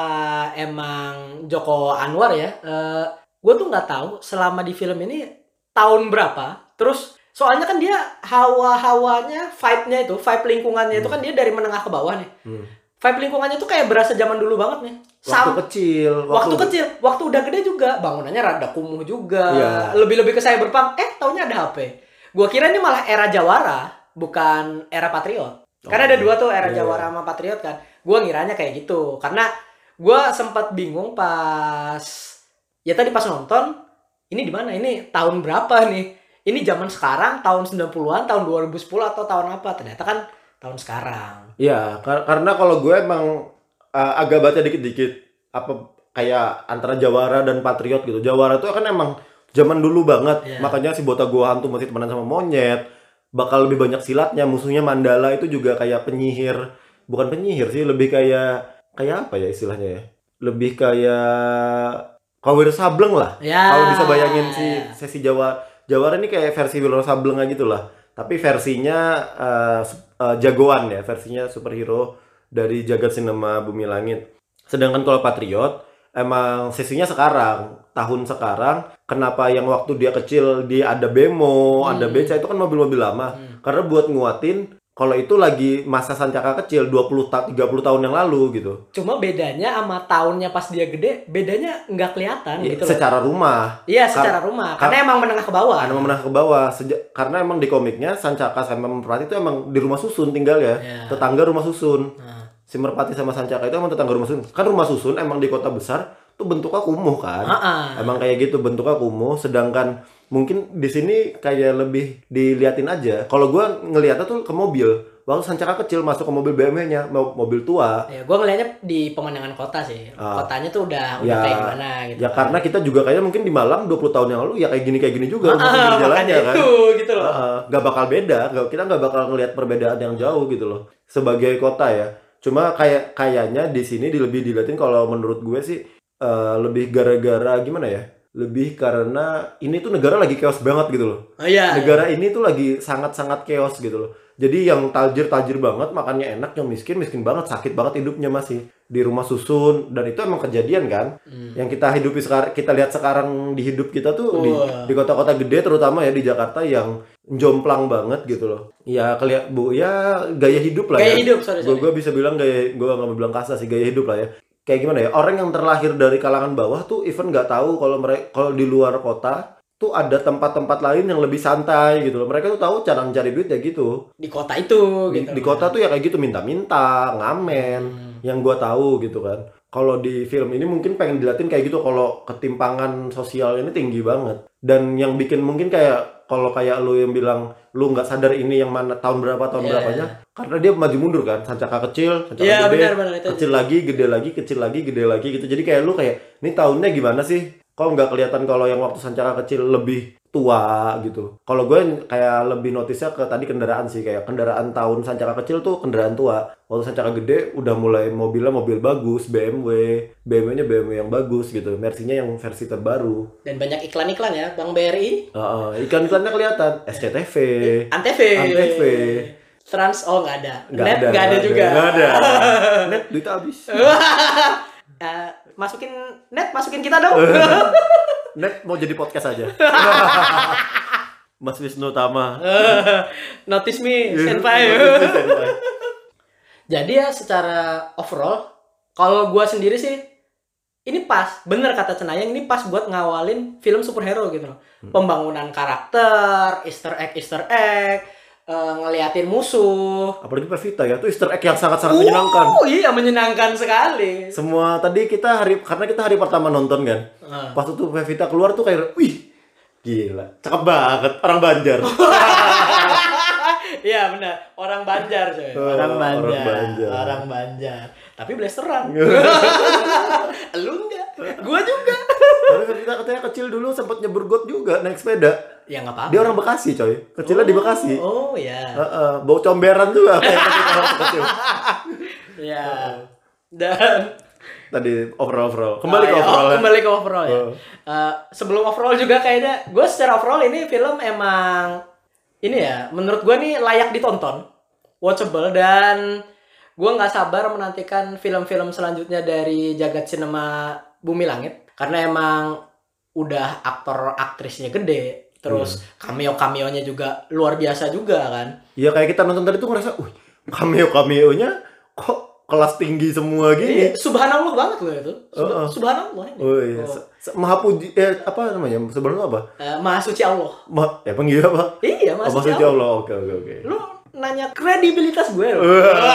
emang Joko Anwar ya. Uh, gue tuh nggak tahu selama di film ini tahun berapa. Terus soalnya kan dia hawa-hawanya, vibe-nya itu, vibe lingkungannya hmm. itu kan dia dari menengah ke bawah nih. Hmm. Vibe lingkungannya tuh kayak berasa zaman dulu banget nih. Waktu Sam- kecil. Waktu, waktu kecil. Waktu udah gede juga. Bangunannya rada kumuh juga. Yeah. Lebih-lebih ke cyberpunk. Eh, taunya ada H P. Gua kira ini malah era Jawara. Bukan era Patriot. Oh, karena ada dua tuh, era yeah. Jawara sama Patriot kan. Gua ngiranya kayak gitu. Karena gua sempat bingung pas... Ya tadi pas nonton. Ini di mana? Ini tahun berapa nih? Ini zaman sekarang, tahun sembilan puluhan, tahun dua ribu sepuluh atau tahun apa? Ternyata kan tahun sekarang. Iya, kar- karena kalau gue emang uh, agak baca dikit-dikit apa kayak antara Jawara dan Patriot gitu. Jawara tuh kan emang zaman dulu banget, yeah. Makanya si Bota Gua Hantu masih temenan sama monyet, bakal lebih banyak silatnya. Musuhnya Mandala itu juga kayak penyihir, bukan penyihir sih, lebih kayak kayak apa ya istilahnya ya? Lebih kayak Kawir Sableng lah. Yeah. Kalau bisa bayangin si sesi Jawa Jawara ini kayak versi Wiro Sableng gitu lah. Tapi versinya uh, uh, jagoan ya, versinya superhero dari jagat sinema Bumi Langit. Sedangkan kalau Patriot, emang sesinya sekarang, tahun sekarang. Kenapa yang waktu dia kecil dia ada bemo, hmm. ada beca, itu kan mobil-mobil lama. Hmm. Karena buat nguatin, kalau itu lagi masa Sancaka kecil, dua puluh tiga puluh tahun yang lalu gitu. Cuma bedanya sama tahunnya pas dia gede, bedanya nggak kelihatan ya, gitu secara loh. rumah. Iya, secara Kar- rumah. Karena kar- emang menengah ke bawah. Karena menengah ke bawah. Seja- karena emang di komiknya Sancaka sama Merpati itu emang di rumah susun tinggal ya. Yeah. Tetangga rumah susun. Nah. Si Merpati sama Sancaka itu emang tetangga rumah susun. Kan rumah susun emang di kota besar tuh bentuknya kumuh kan. Uh-uh. Emang kayak gitu bentuknya kumuh. Sedangkan mungkin di sini kayak lebih diliatin aja. Kalau gue ngeliatnya tuh ke mobil. Waktu Sancaka kecil masuk ke mobil B M W-nya, mobil tua. Ya, gue ngeliatnya di pemandangan kota sih. Uh, Kotanya tuh udah udah ya, kayak gimana gitu. Ya kan. Karena kita juga kayaknya mungkin di Malang dua puluh tahun yang lalu ya kayak gini kayak gini juga. Ah, jalannya kan. Itu gitu loh. Uh, gak bakal beda, kita gak bakal ngelihat perbedaan yang jauh gitu loh. Sebagai kota ya. Cuma kayak kayaknya di sini di lebih dilihatin kalau menurut gue sih uh, lebih gara-gara gimana ya? Lebih karena ini tuh negara lagi chaos banget gitu loh. Oh, iya, negara iya. ini tuh lagi sangat-sangat chaos gitu loh. Jadi yang tajir-tajir banget makannya enak, yang miskin miskin banget, sakit banget hidupnya masih di rumah susun. Dan itu emang kejadian kan. Hmm. Yang kita hidupi sekarang, kita lihat sekarang di hidup kita tuh di, di kota-kota gede terutama ya di Jakarta yang jomplang banget gitu loh. Ya kelihat bu, ya gaya hidup lah gaya ya. Gaya hidup, sorry sorry. Gue bisa bilang gaya, gue nggak mau bilang kasar sih, gaya hidup lah ya. Kayak gimana ya, orang yang terlahir dari kalangan bawah tuh even nggak tahu kalau mereka kalau di luar kota tuh ada tempat-tempat lain yang lebih santai gitu loh. Mereka tuh tahu cara mencari duit ya gitu. Di kota itu gitu. Di, di kota tuh ya kayak gitu, minta-minta, ngamen. Hmm. Yang gua tahu gitu kan. Kalau di film ini mungkin pengen dilatih kayak gitu, kalau ketimpangan sosial ini tinggi banget. Dan yang bikin mungkin kayak kalau kayak lu yang bilang lu nggak sadar ini yang mana tahun berapa tahun yeah. berapanya, karena dia maju mundur kan, sancaka kecil, sancaka yeah, gede, benar, benar, itu kecil lagi, gede lagi, kecil lagi, gede lagi gitu. Jadi kayak lu kayak ini tahunnya gimana sih? Kok nggak kelihatan kalau yang waktu sancaka kecil lebih tua gitu. Kalau gue kayak lebih notisnya ke tadi kendaraan sih, kayak kendaraan tahun sancaka kecil tuh kendaraan tua. Waktu sancaka gede udah mulai mobilnya mobil bagus, B M W, B M W-nya B M W yang bagus gitu. Mercy-nya yang versi terbaru. Dan banyak iklan-iklan ya, Bang B R I. Uh, uh, iklan-iklannya kelihatan. S C T V, Antv, Antv, Trans oh nggak ada, nggak Net ada, nggak ada juga. Nggak ada. Net duit habis. uh, masukin Net, masukin kita dong. Net mau jadi podcast aja. Mas Wisnu Tama. Notice me, senpai. Jadi ya secara overall, kalau gue sendiri sih, ini pas, bener kata Cenayang, ini pas buat ngawalin film superhero gitu loh. Hmm. Pembangunan karakter, easter egg, easter egg, uh, ngeliatin musuh. Apalagi Pevita ya, itu easter egg yang sangat-sangat uh, menyenangkan. Oh iya, menyenangkan sekali. Semua tadi kita hari, karena kita hari pertama nonton kan, uh. pas itu Pevita keluar tuh kayak, wih, gila, cakep banget, orang Banjar. Iya benar, orang Banjar coy. Orang Banjar. Orang Banjar. Orang Banjar. Tapi blasteran. Lu enggak? Gua juga. Tapi Pevita katanya kecil dulu sempat nyebur got juga naik sepeda. Ya enggak apa-apa. Dia orang Bekasi coy. Kecilnya oh, di Bekasi. Oh ya. Heeh, uh, uh, bau comberan juga kayak orang kecil. Iya. Dan tadi overall overall. Kembali oh, ke ya. overall. Oh, ya. kembali ke overall ya. Oh. Uh, sebelum overall juga kayaknya gue secara overall ini film emang ini ya, menurut gue nih layak ditonton, watchable, dan gue nggak sabar menantikan film-film selanjutnya dari jagat sinema Bumi Langit, karena emang udah aktor aktrisnya gede, terus hmm. cameo-cameonya juga luar biasa juga kan. Iya kayak kita nonton tadi tuh ngerasa, wih cameo-cameonya kok kelas tinggi semua gini. Iya, subhanallah banget loh itu. Sub- uh, uh. Subhanallah ini. Oh iya. Oh. Maha puji eh apa namanya? Subhanallah apa? Uh, Maha suci Allah. Ma ya panggil apa? Iya, Maha oh, suci Allah. Allah. Oke oke oke. Lu nanya kredibilitas gue loh.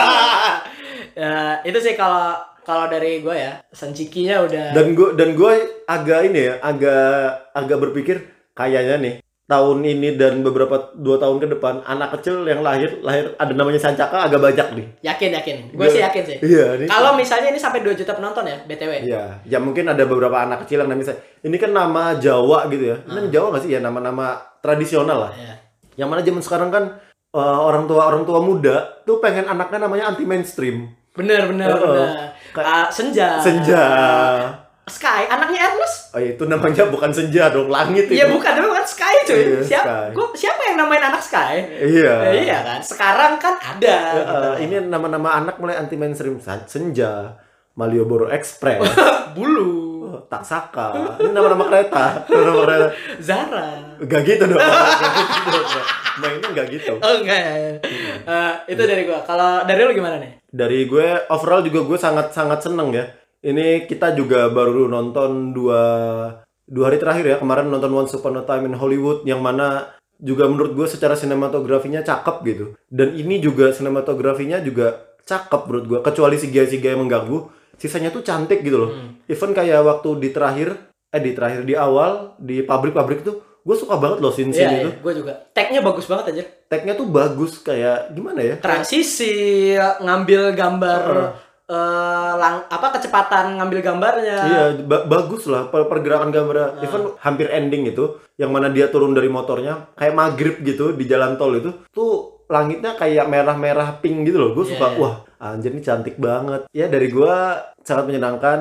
Ya, itu sih kalau kalau dari gue ya, Sancikinya udah. Dan gue dan gue agak ini ya, agak agak berpikir kayaknya nih tahun ini dan beberapa dua tahun ke depan anak kecil yang lahir lahir ada namanya Sancaka agak banyak nih. Yakin yakin. Gue sih yakin sih. Iya. Kalau misalnya ini sampai dua juta penonton ya B T W. Iya. Ya mungkin ada beberapa anak kecil yang namanya ini kan nama Jawa gitu ya. Ini hmm. Jawa nggak sih ya nama-nama tradisional lah. Iya. Yang mana zaman sekarang kan uh, orang tua orang tua muda tuh pengen anaknya namanya anti mainstream. Bener bener uh, bener. Uh, senja. Senja. Sky, anaknya Ernest. Oh itu namanya bukan senja dong, langit itu. Iya bukan, tapi bukan Sky cuy. Iya, siapa? Sky. Gua, siapa yang namain anak Sky? Iya. Eh, iya kan. Sekarang kan ada. Uh, gitu. Ini nama-nama anak mulai anti mainstream. Senja, Malioboro Express, Bulu, oh, Taksaka. Ini nama-nama kereta. Nama kereta. Zara. Gak gitu dong. Gak gitu dong. Mainnya gak gitu. Oh enggak ya. Uh, itu dari gua. Kalau dari lu gimana nih? Dari gue overall juga gue sangat-sangat seneng ya. Ini kita juga baru nonton dua, dua hari terakhir ya. Kemarin nonton Once Upon a Time in Hollywood. Yang mana juga menurut gue secara sinematografinya cakep gitu. Dan ini juga sinematografinya juga cakep menurut gue. Kecuali C G I-C G I yang mengganggu. Sisanya tuh cantik gitu loh. Hmm. Even kayak waktu di terakhir, eh di terakhir di awal, di pabrik-pabrik tuh. Gue suka banget loh scene-scene yeah, itu. Iya, gue juga. Tag-nya bagus banget aja. Tag-nya tuh bagus. Kayak gimana ya? Transisi, ngambil gambar... Uh. Uh, lang apa kecepatan ngambil gambarnya. Iya, ba- bagus lah per- pergerakan gambarnya. Uh. Even hampir ending itu, yang mana dia turun dari motornya kayak maghrib gitu di jalan tol itu, tuh langitnya kayak merah-merah pink gitu loh. Gue suka, yeah. Wah, anjir ini cantik banget. Ya dari gue sangat menyenangkan.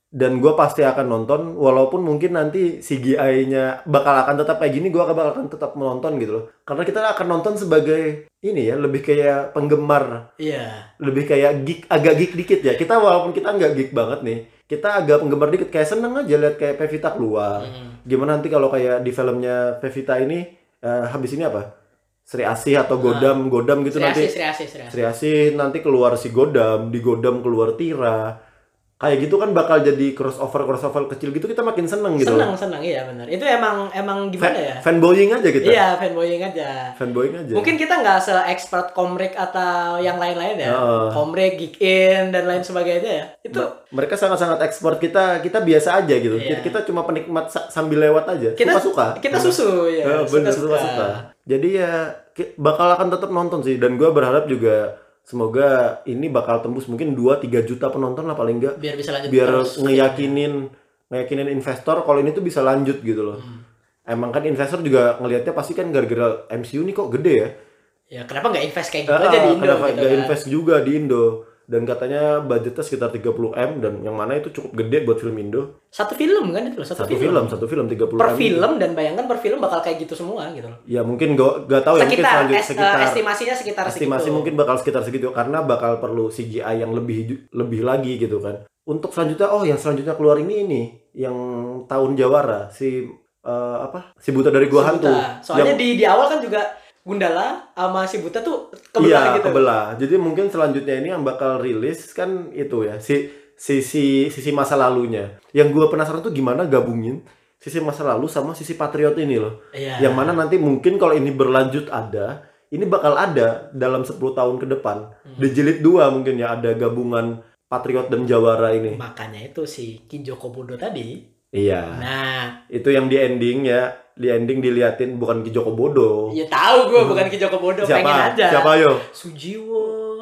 dan gue pasti akan nonton walaupun mungkin nanti C G I-nya bakal akan tetap kayak gini, gue bakal akan tetap menonton gitu loh, karena kita akan nonton sebagai ini ya, lebih kayak penggemar, Iya. lebih kayak geek, agak geek dikit ya kita, walaupun kita nggak geek banget nih, kita agak penggemar dikit, kayak seneng aja lihat kayak Pevita keluar. Mm. Gimana nanti kalau kayak di filmnya Pevita ini eh, habis ini apa, Sri Asih atau Godam Godam gitu, Sri nanti Asih, Sri Asih, Sri Asih. Sri Asih nanti keluar si Godam, di Godam keluar Tira. Kayak gitu kan bakal jadi crossover crossover kecil gitu, kita makin seneng gitu. Senang, senang, iya benar. Itu emang emang gimana ya? Fanboying aja kita. Iya, fanboying aja. Fanboying aja. Mungkin kita nggak se-expert Komrik atau yang lain-lain ya. Oh. Komrik, Geek In, dan lain sebagainya ya. Itu mereka sangat-sangat ekspor, kita kita biasa aja gitu. Iya. Kita cuma penikmat sa- sambil lewat aja. kita Suka-suka. kita susu ya. Ya, bener, suka-suka. suka-suka. Jadi ya ki- bakal akan tetap nonton sih, dan gue berharap juga semoga ini bakal tembus mungkin dua tiga juta penonton lah paling enggak, Biar bisa lanjut biar terus. ngeyakinin ngeyakinin investor kalau ini tuh bisa lanjut gitu loh. Hmm. Emang kan investor juga ngelihatnya pasti kan gara-gara M C U nih kok gede ya. Ya kenapa nggak invest kayak gitu Ah, aja di Indo kenapa gitu nggak kan? invest juga di Indo? Dan katanya budgetnya sekitar tiga puluh M, dan yang mana itu cukup gede buat film Indo. Satu film kan itu loh, satu, Satu film, satu film tiga puluh per M. film, dan bayangkan per film bakal kayak gitu semua gitu loh. Ya mungkin gak, gak tahu ya, mungkin Sekitar, selanjutnya es- sekitar eh, estimasinya sekitar estimasi segitu. mungkin bakal sekitar segitu, karena bakal perlu C G I yang lebih ju- lebih lagi gitu kan. Untuk selanjutnya, oh yang selanjutnya keluar ini ini yang tahun Jawara, si eh, apa? Si Buta dari Gua Si Hantu. Buta. Soalnya Yang- di di awal kan juga Gundala sama si Buta tuh iya, kebelah gitu. kebelah. Jadi mungkin selanjutnya ini yang bakal rilis kan itu ya, si sisi sisi masa lalunya. Yang gue penasaran tuh gimana gabungin sisi masa lalu sama sisi patriot ini loh. Iya. Yang mana nanti mungkin kalau ini berlanjut ada, ini bakal ada dalam sepuluh tahun ke depan. Hmm. Di jilid dua mungkin ya ada gabungan patriot dan jawara ini. Makanya itu si Ki Joko Bodo tadi. Iya. Nah, Itu yang di ending ya, di ending diliatin bukan Ki Joko Bodo. ya tahu gue bukan Ki Joko Bodo, pengen Siapa? aja. Siapa yo? Sujiwo,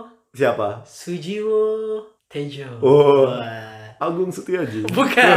Siapa? Sujiwo Tejo. Oh. Wah. Agung Setiaji. Bukan.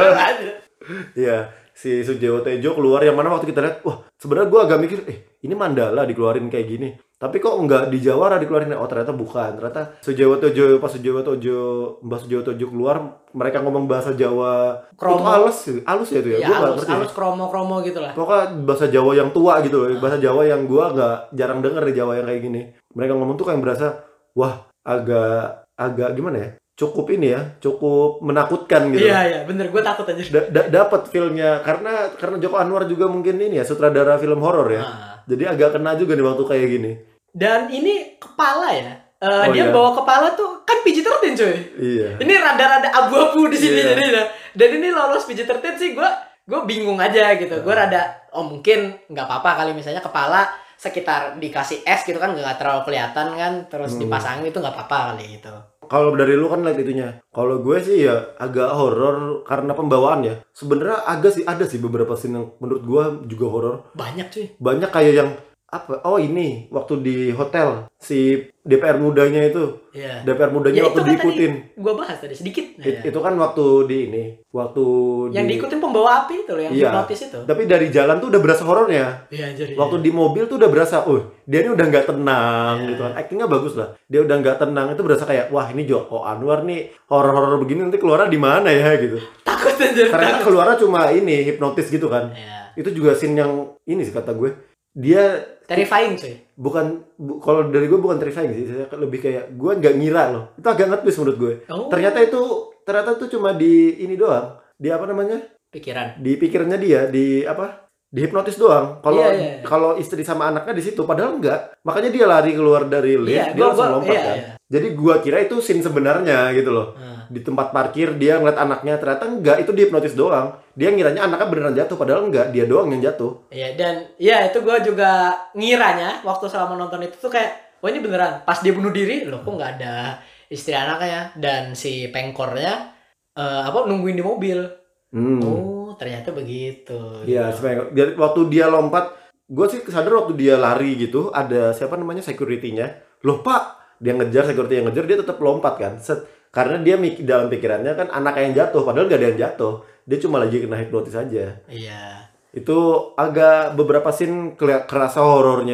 Iya, si Sujiwo Tejo keluar, yang mana waktu kita lihat, wah sebenarnya gue agak mikir, eh ini Mandala dikeluarin kayak gini, tapi kok nggak di Jawara dikeluarin? Oh ternyata bukan, ternyata Sujiwo Tejo, pas Sujiwo Tejo, Mbak Sujiwo Tejo keluar, mereka ngomong bahasa Jawa, Kromo. itu halus, halus ya itu ya, Ya gue nggak halus, ngerti. halus kromo-kromo gitu lah. Pokoknya bahasa Jawa yang tua gitu loh, bahasa Jawa yang gue nggak jarang denger di Jawa yang kayak gini. Mereka ngomong tuh kayak berasa, wah agak agak gimana ya? Cukup ini ya, cukup menakutkan gitu. Iya, iya, bener. Gue takut aja. Da- da- dapat filmnya karena karena Joko Anwar juga mungkin ini ya sutradara film horor ya. Nah. Jadi agak kena juga nih waktu kayak gini. Dan ini kepala ya. Eh, Oh, dia iya. bawa kepala tuh kan P G thirteen cuy. Iya. Ini rada-rada abu-abu di sini Iya. jadinya. Dan ini lolos P G thirteen sih gue gue bingung aja gitu. Gue rada oh mungkin nggak apa-apa kali misalnya kepala sekitar dikasih es gitu kan nggak terlalu kelihatan kan, terus Hmm. dipasangin itu nggak apa-apa kali gitu. Kalau dari lu kan lihat itunya. Kalau gue sih ya agak horor karena pembawaannya. Sebenarnya agak sih ada sih beberapa scene yang menurut gue juga horor. Banyak cuy. Banyak kayak yang apa? Oh ini waktu di hotel si D P R mudanya itu. Iya. D P R mudanya waktu kan diikutin. Gue bahas tadi sedikit. Nah, It- ya. itu kan waktu di ini, waktu Yang di diikutin pembawa api itu loh, yang Iya. hipnotis itu. Tapi dari jalan tuh udah berasa horornya. Iya jadi. Waktu di mobil tuh udah berasa, oh dia ini udah nggak tenang Iya. gitu kan. Actingnya bagus lah. Dia udah nggak tenang, itu berasa kayak, wah ini Joko Anwar nih horor-horor begini nanti keluarnya di mana ya gitu. takut anjir. Ternyata takut. keluarnya cuma ini hipnotis gitu kan. Iya. Itu juga scene yang ini sih kata gue. Dia Terrifying cuy. bukan bu- kalau dari gue bukan terrifying sih, saya lebih kayak gue nggak ngira loh. Itu agak ngetwist menurut gue. Oh. Ternyata itu ternyata tuh cuma di ini doang. Di apa namanya? Pikiran. Di pikirnya dia, di apa? Di hipnotis doang. Kalau Iya, iya, iya. kalau istri sama anaknya di situ, padahal enggak. Makanya dia lari keluar dari lift, Iya, dia gua- langsung gua- lompat iya, kan. iya. Jadi gua kira itu scene sebenarnya gitu loh. Nah. Di tempat parkir dia ngeliat anaknya, ternyata enggak, itu di hipnotis doang. Dia ngiranya anaknya beneran jatuh, padahal enggak, dia doang yang jatuh. Iya, dan ya itu gue juga ngiranya waktu selama nonton itu tuh kayak, wah ini beneran. Pas dia bunuh diri, loh kok nggak ada istri anaknya dan si pengkornya eh, apa nungguin di mobil. Hmm. Oh ternyata begitu. Iya, gitu. sebenarnya dia, waktu dia lompat, gue sih sadar waktu dia lari gitu, ada siapa namanya security-nya. Loh Pak, dia ngejar, security yang ngejar, dia tetap lompat kan. Set. Karena dia mik dalam pikirannya kan anaknya yang jatuh, padahal gak ada yang jatuh. Dia cuma lagi kena hipnotis aja. Iya. Itu agak beberapa scene keli- kerasa horornya.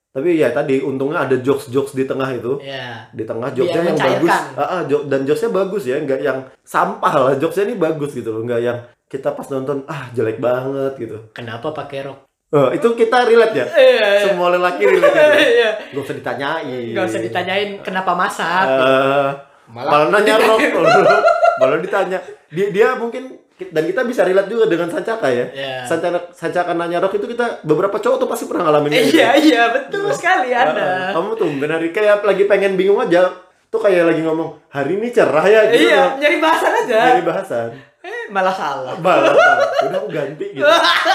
Tapi ya tadi untungnya ada jokes-jokes di tengah itu. Iya. Di tengah Biar jokesnya yang bagus. mencairkan. Ah, ah, jok- dan jokesnya bagus ya, nggak yang sampah lah. Jokesnya ini bagus gitu loh, nggak yang kita pas nonton ah jelek banget gitu. Kenapa pakai rok? Oh, itu kita relate ya. Iya, iya. Semua lelaki relate gitu. Iya. Gak usah ditanyain. Gak usah ditanyain kenapa masak. Eh, Malah- malah nanya rok. Malah ditanya. Dia, dia mungkin dan kita bisa relate juga dengan Sancaka ya. Iya. Sancaka, Sancaka nanya rok itu kita beberapa cowok tuh pasti pernah ngalamin kayak gitu. Iya, iya, betul sekali Ah, ada. kamu tuh benar kayak lagi pengen bingung aja. Tuh kayak lagi ngomong hari ini cerah ya gitu. Iya, nyari bahasan aja. Dari bahasan. Eh, malah salah. Balas. Udah aku ganti gitu.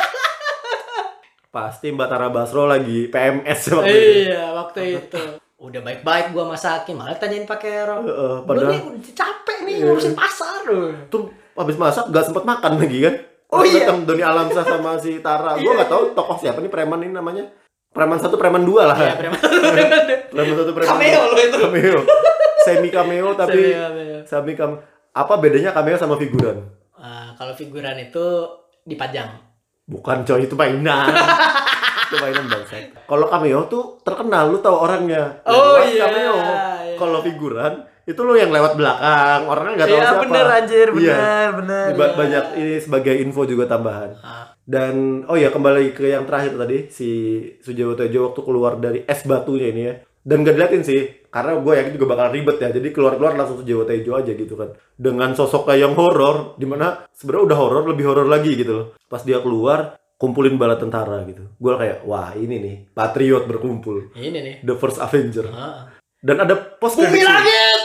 Pasti Mbak Tara Basro lagi P M S waktu itu. Iya, waktu itu. Udah baik-baik gua masakin, malah tanyain pakai rok. Heeh, Gua padahal- nih udah capek nih ngurusin pasar loh. Tuh habis masak gak sempat makan lagi kan. Oh, Terus iya. datang Doni Alamsyah sama si Tara. Gua Iya. nggak tahu tokoh siapa nih preman ini namanya. Preman satu, preman dua lah. Iya, preman. Preman satu, preman Cameo dua. loh itu. Cameo. Semi cameo tapi Semi cameo. semi cameo. Apa bedanya cameo sama figuran? Ah, kalau figuran itu dipajang. Bukan coy, itu mainan. Itu mainan bangsa. Kalau cameo tuh terkenal, lu tahu orangnya. Oh, Lewat iya, Cameo. iya. Kalau figuran itu lu yang lewat belakang, orangnya nggak tahu Iya, siapa. bener, anjir, bener, Iya. bener, Ba- iya. Banyak ini sebagai info juga tambahan. Ah. Dan oh ya kembali ke yang terakhir tadi si Sujiwo Tejo waktu keluar dari es batunya ini ya. Dan gak diliatin sih, karena gue yakin juga bakal ribet ya. Jadi keluar-keluar langsung Sujiwo Tejo aja gitu kan. Dengan sosoknya yang horor, dimana sebenarnya udah horor, lebih horor lagi gitu loh. Pas dia keluar, kumpulin bala tentara gitu. Gue kayak, wah ini nih, patriot berkumpul. Ini nih. The First Avenger. Ah. Dan ada post Bumi credit scene. langit.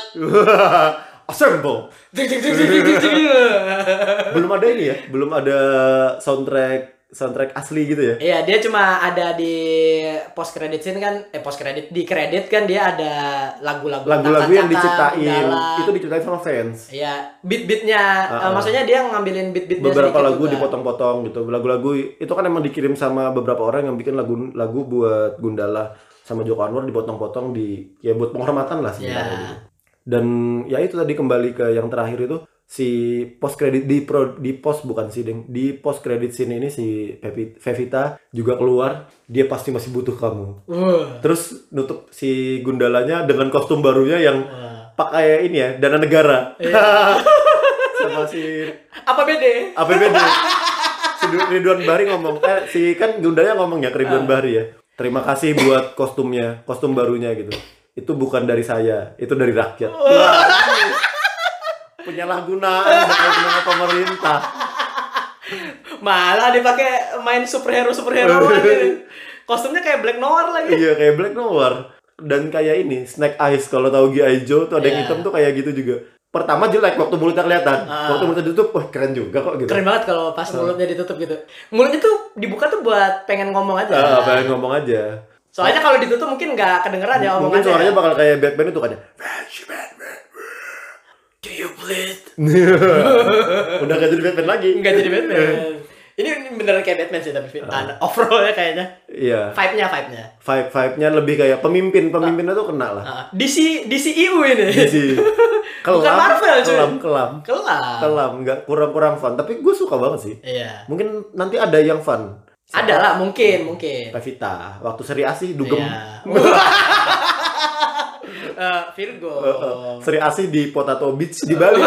Assemble. Dik, dik, dik, dik, dik, dik, dik. Belum ada ini ya, belum ada soundtrack soundtrack asli gitu ya. Iya, dia cuma ada di post credit scene kan, eh post credit di kredit kan dia ada lagu-lagu Lagu-lagu yang Sancaka, diciptain Gundala. itu diciptain sama fans. Iya, beat-beatnya, Ah, eh, ah. maksudnya dia ngambilin beat-beatnya Beberapa sedikit lagu juga. dipotong-potong gitu. Lagu-lagu itu kan emang dikirim sama beberapa orang yang bikin lagu lagu buat Gundala sama Joko Anwar, dipotong-potong di ya buat penghormatan lah sebenarnya Ya. gitu. Dan ya itu tadi kembali ke yang terakhir itu si post credit di pro, di post bukan sih ding di post credit scene ini si Pepi- Pevita juga keluar, dia pasti masih butuh kamu. Wah. Terus nutup si Gundalanya dengan kostum barunya yang Wah. pakai ini ya dana negara. Iya. Sama si Apa beda? A P B D. Si Ridwan Bahri ngomong, eh si kan Gundalanya ngomong ya ke Ridwan Bahri ya. Terima kasih buat kostumnya, kostum barunya gitu. Itu bukan dari saya, itu dari rakyat. Wah, ini penyalahgunaan dengan pemerintah. Malah dipakai main superhero superhero lagi. Kostumnya kayak Black Noir lagi. Iya kayak Black Noir. Dan kayak ini, Snake Eyes kalau tahu G I Joe tuh ada yang Iya. hitam tuh kayak gitu juga. Pertama jelek waktu mulutnya kelihatan. Ah. Waktu mulutnya ditutup, wah keren juga kok gitu. Keren banget kalau pas mulutnya ditutup gitu. Mulutnya tuh dibuka tuh buat pengen ngomong aja. Ah, pengen ngomong aja. Soalnya kalau ditutup mungkin nggak kedengeran ya Mungkin omongannya. suaranya bakal kayak Batman itu kan ya. Do you bleed? Udah gak jadi Batman lagi. Nggak jadi Batman. Ini ini beneran kayak Batman sih tapi uh. overallnya kayaknya. Iya. Vibe-nya, vibe-nya. Vibe vibe-nya lebih kayak pemimpin, pemimpinnya tuh kena lah. Uh, D C D C E U ini. Jadi kelam, Bukan Marvel, cuy. kelam, kelam, Kelam. kelam, nggak kurang-kurang fun. Tapi gue suka banget sih. Iya. Mungkin nanti ada yang fun. Ada lah mungkin, mungkin. Pevita, waktu seri Asih dugem. Iya. Eh, Virgo. Uh, uh, Seri Asih di Potato Beach di Bali.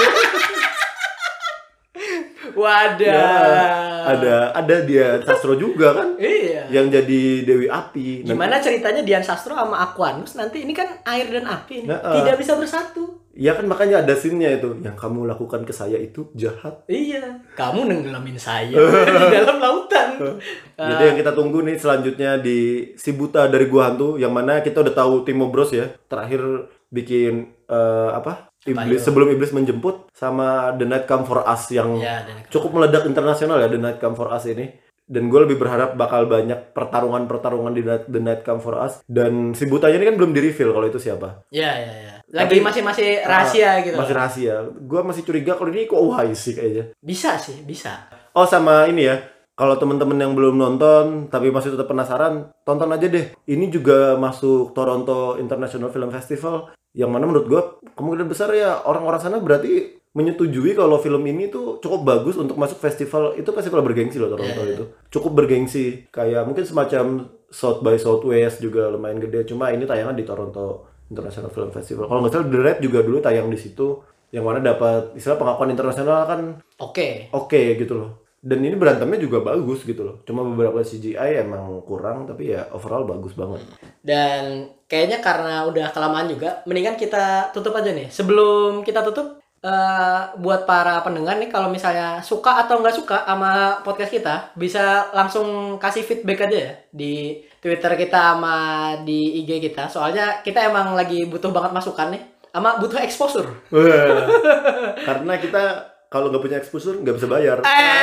Wadah. Ya, ada ada dia Sastro juga kan, Iya. yang jadi Dewi Api. Nanti- Gimana ceritanya Dian Sastro sama Aquanus nanti ini kan air dan api nih. Nah, uh. Tidak bisa bersatu. Ya kan makanya ada scene-nya itu, yang kamu lakukan ke saya itu jahat. Iya. Kamu nenggelamin saya di dalam lautan. Jadi yang kita tunggu nih selanjutnya di Si Buta dari Gua Hantu, yang mana kita udah tahu Timo Bros ya, terakhir bikin eh, apa? Iblis yuk? sebelum iblis menjemput sama The Night Come For Us yang Iya, dan cukup meledak internasional ya The Night Come For Us ini. Dan gue lebih berharap bakal banyak pertarungan-pertarungan di Night- The Night Come For Us. Dan si Butanya ini kan belum di-reveal kalau itu siapa. Iya, iya, iya. Lagi Tapi- masih masih rahasia Ah, gitu. Masih rahasia. Gue masih curiga kalau ini kok wise sih kayaknya. Bisa sih, bisa. Oh sama ini ya, kalau temen-temen yang belum nonton tapi masih tetap penasaran, tonton aja deh. Ini juga masuk Toronto International Film Festival, yang mana menurut gue kemungkinan besar ya orang-orang sana berarti menyetujui kalau film ini tuh cukup bagus untuk masuk festival. Itu festival bergengsi loh Toronto Yeah. itu. Cukup bergengsi. Kayak mungkin semacam South by Southwest juga lumayan gede. Cuma ini tayangan di Toronto International Film Festival. Kalau nggak salah The Red juga dulu tayang di situ, yang mana dapat istilah pengakuan internasional kan Oke. oke gitu loh. Dan ini berantemnya juga bagus gitu loh. Cuma beberapa C G I emang kurang, tapi ya overall bagus banget. Dan kayaknya karena udah kelamaan juga, mendingan kita tutup aja nih. Sebelum kita tutup, eh, buat para pendengar nih, kalau misalnya suka atau nggak suka sama podcast kita, bisa langsung kasih feedback aja ya di Twitter kita sama di I G kita. Soalnya kita emang lagi butuh banget masukan nih, sama butuh exposure. Wah, karena kita kalau nggak punya exposure nggak bisa bayar.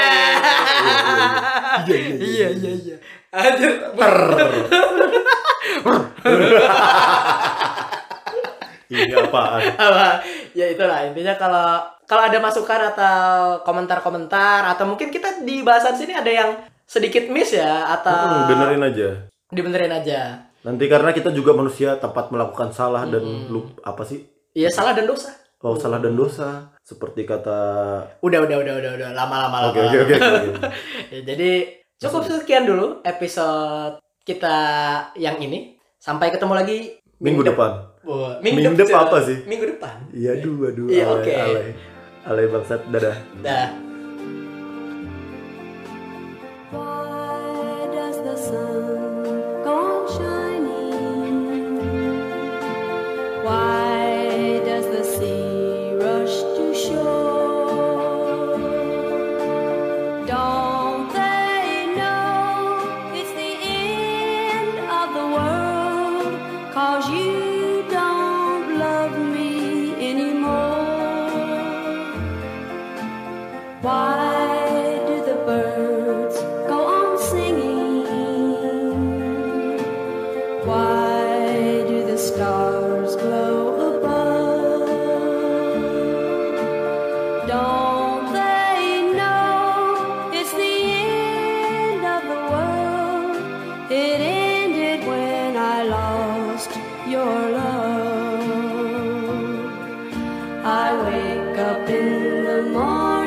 Iya iya iya iya. Anjir. Ini apaan? Apa? Ya itulah intinya, kalau kalau ada masukan atau komentar-komentar atau mungkin kita di bahasan sini ada yang sedikit miss ya atau Hmm, benerin aja. dibenerin aja. Nanti karena kita juga manusia tempat melakukan salah dan lup apa sih? Iya, salah dan dosa. Oh, salah dan dosa. Seperti kata Udah udah udah udah udah lama-lama Oke lama. oke oke. oke. Ya, jadi cukup sekian dulu episode kita yang ini. Sampai ketemu lagi Minggu dep- depan. Wah, Minggu depan apa sih? Minggu depan. Iya, aduh aduh. Iya, alay, oke. alay. Alay bangsat. Dadah. Dah. Why does the sun go on shining? Why does the sea rush to shore? Don't they know it's the end of the world? 'Cause you don't love me anymore. Why do the birds go on singing? Why do the stars glow above? Don't they know it's the end of the world? It ended when I lost your love. I wake up in the morning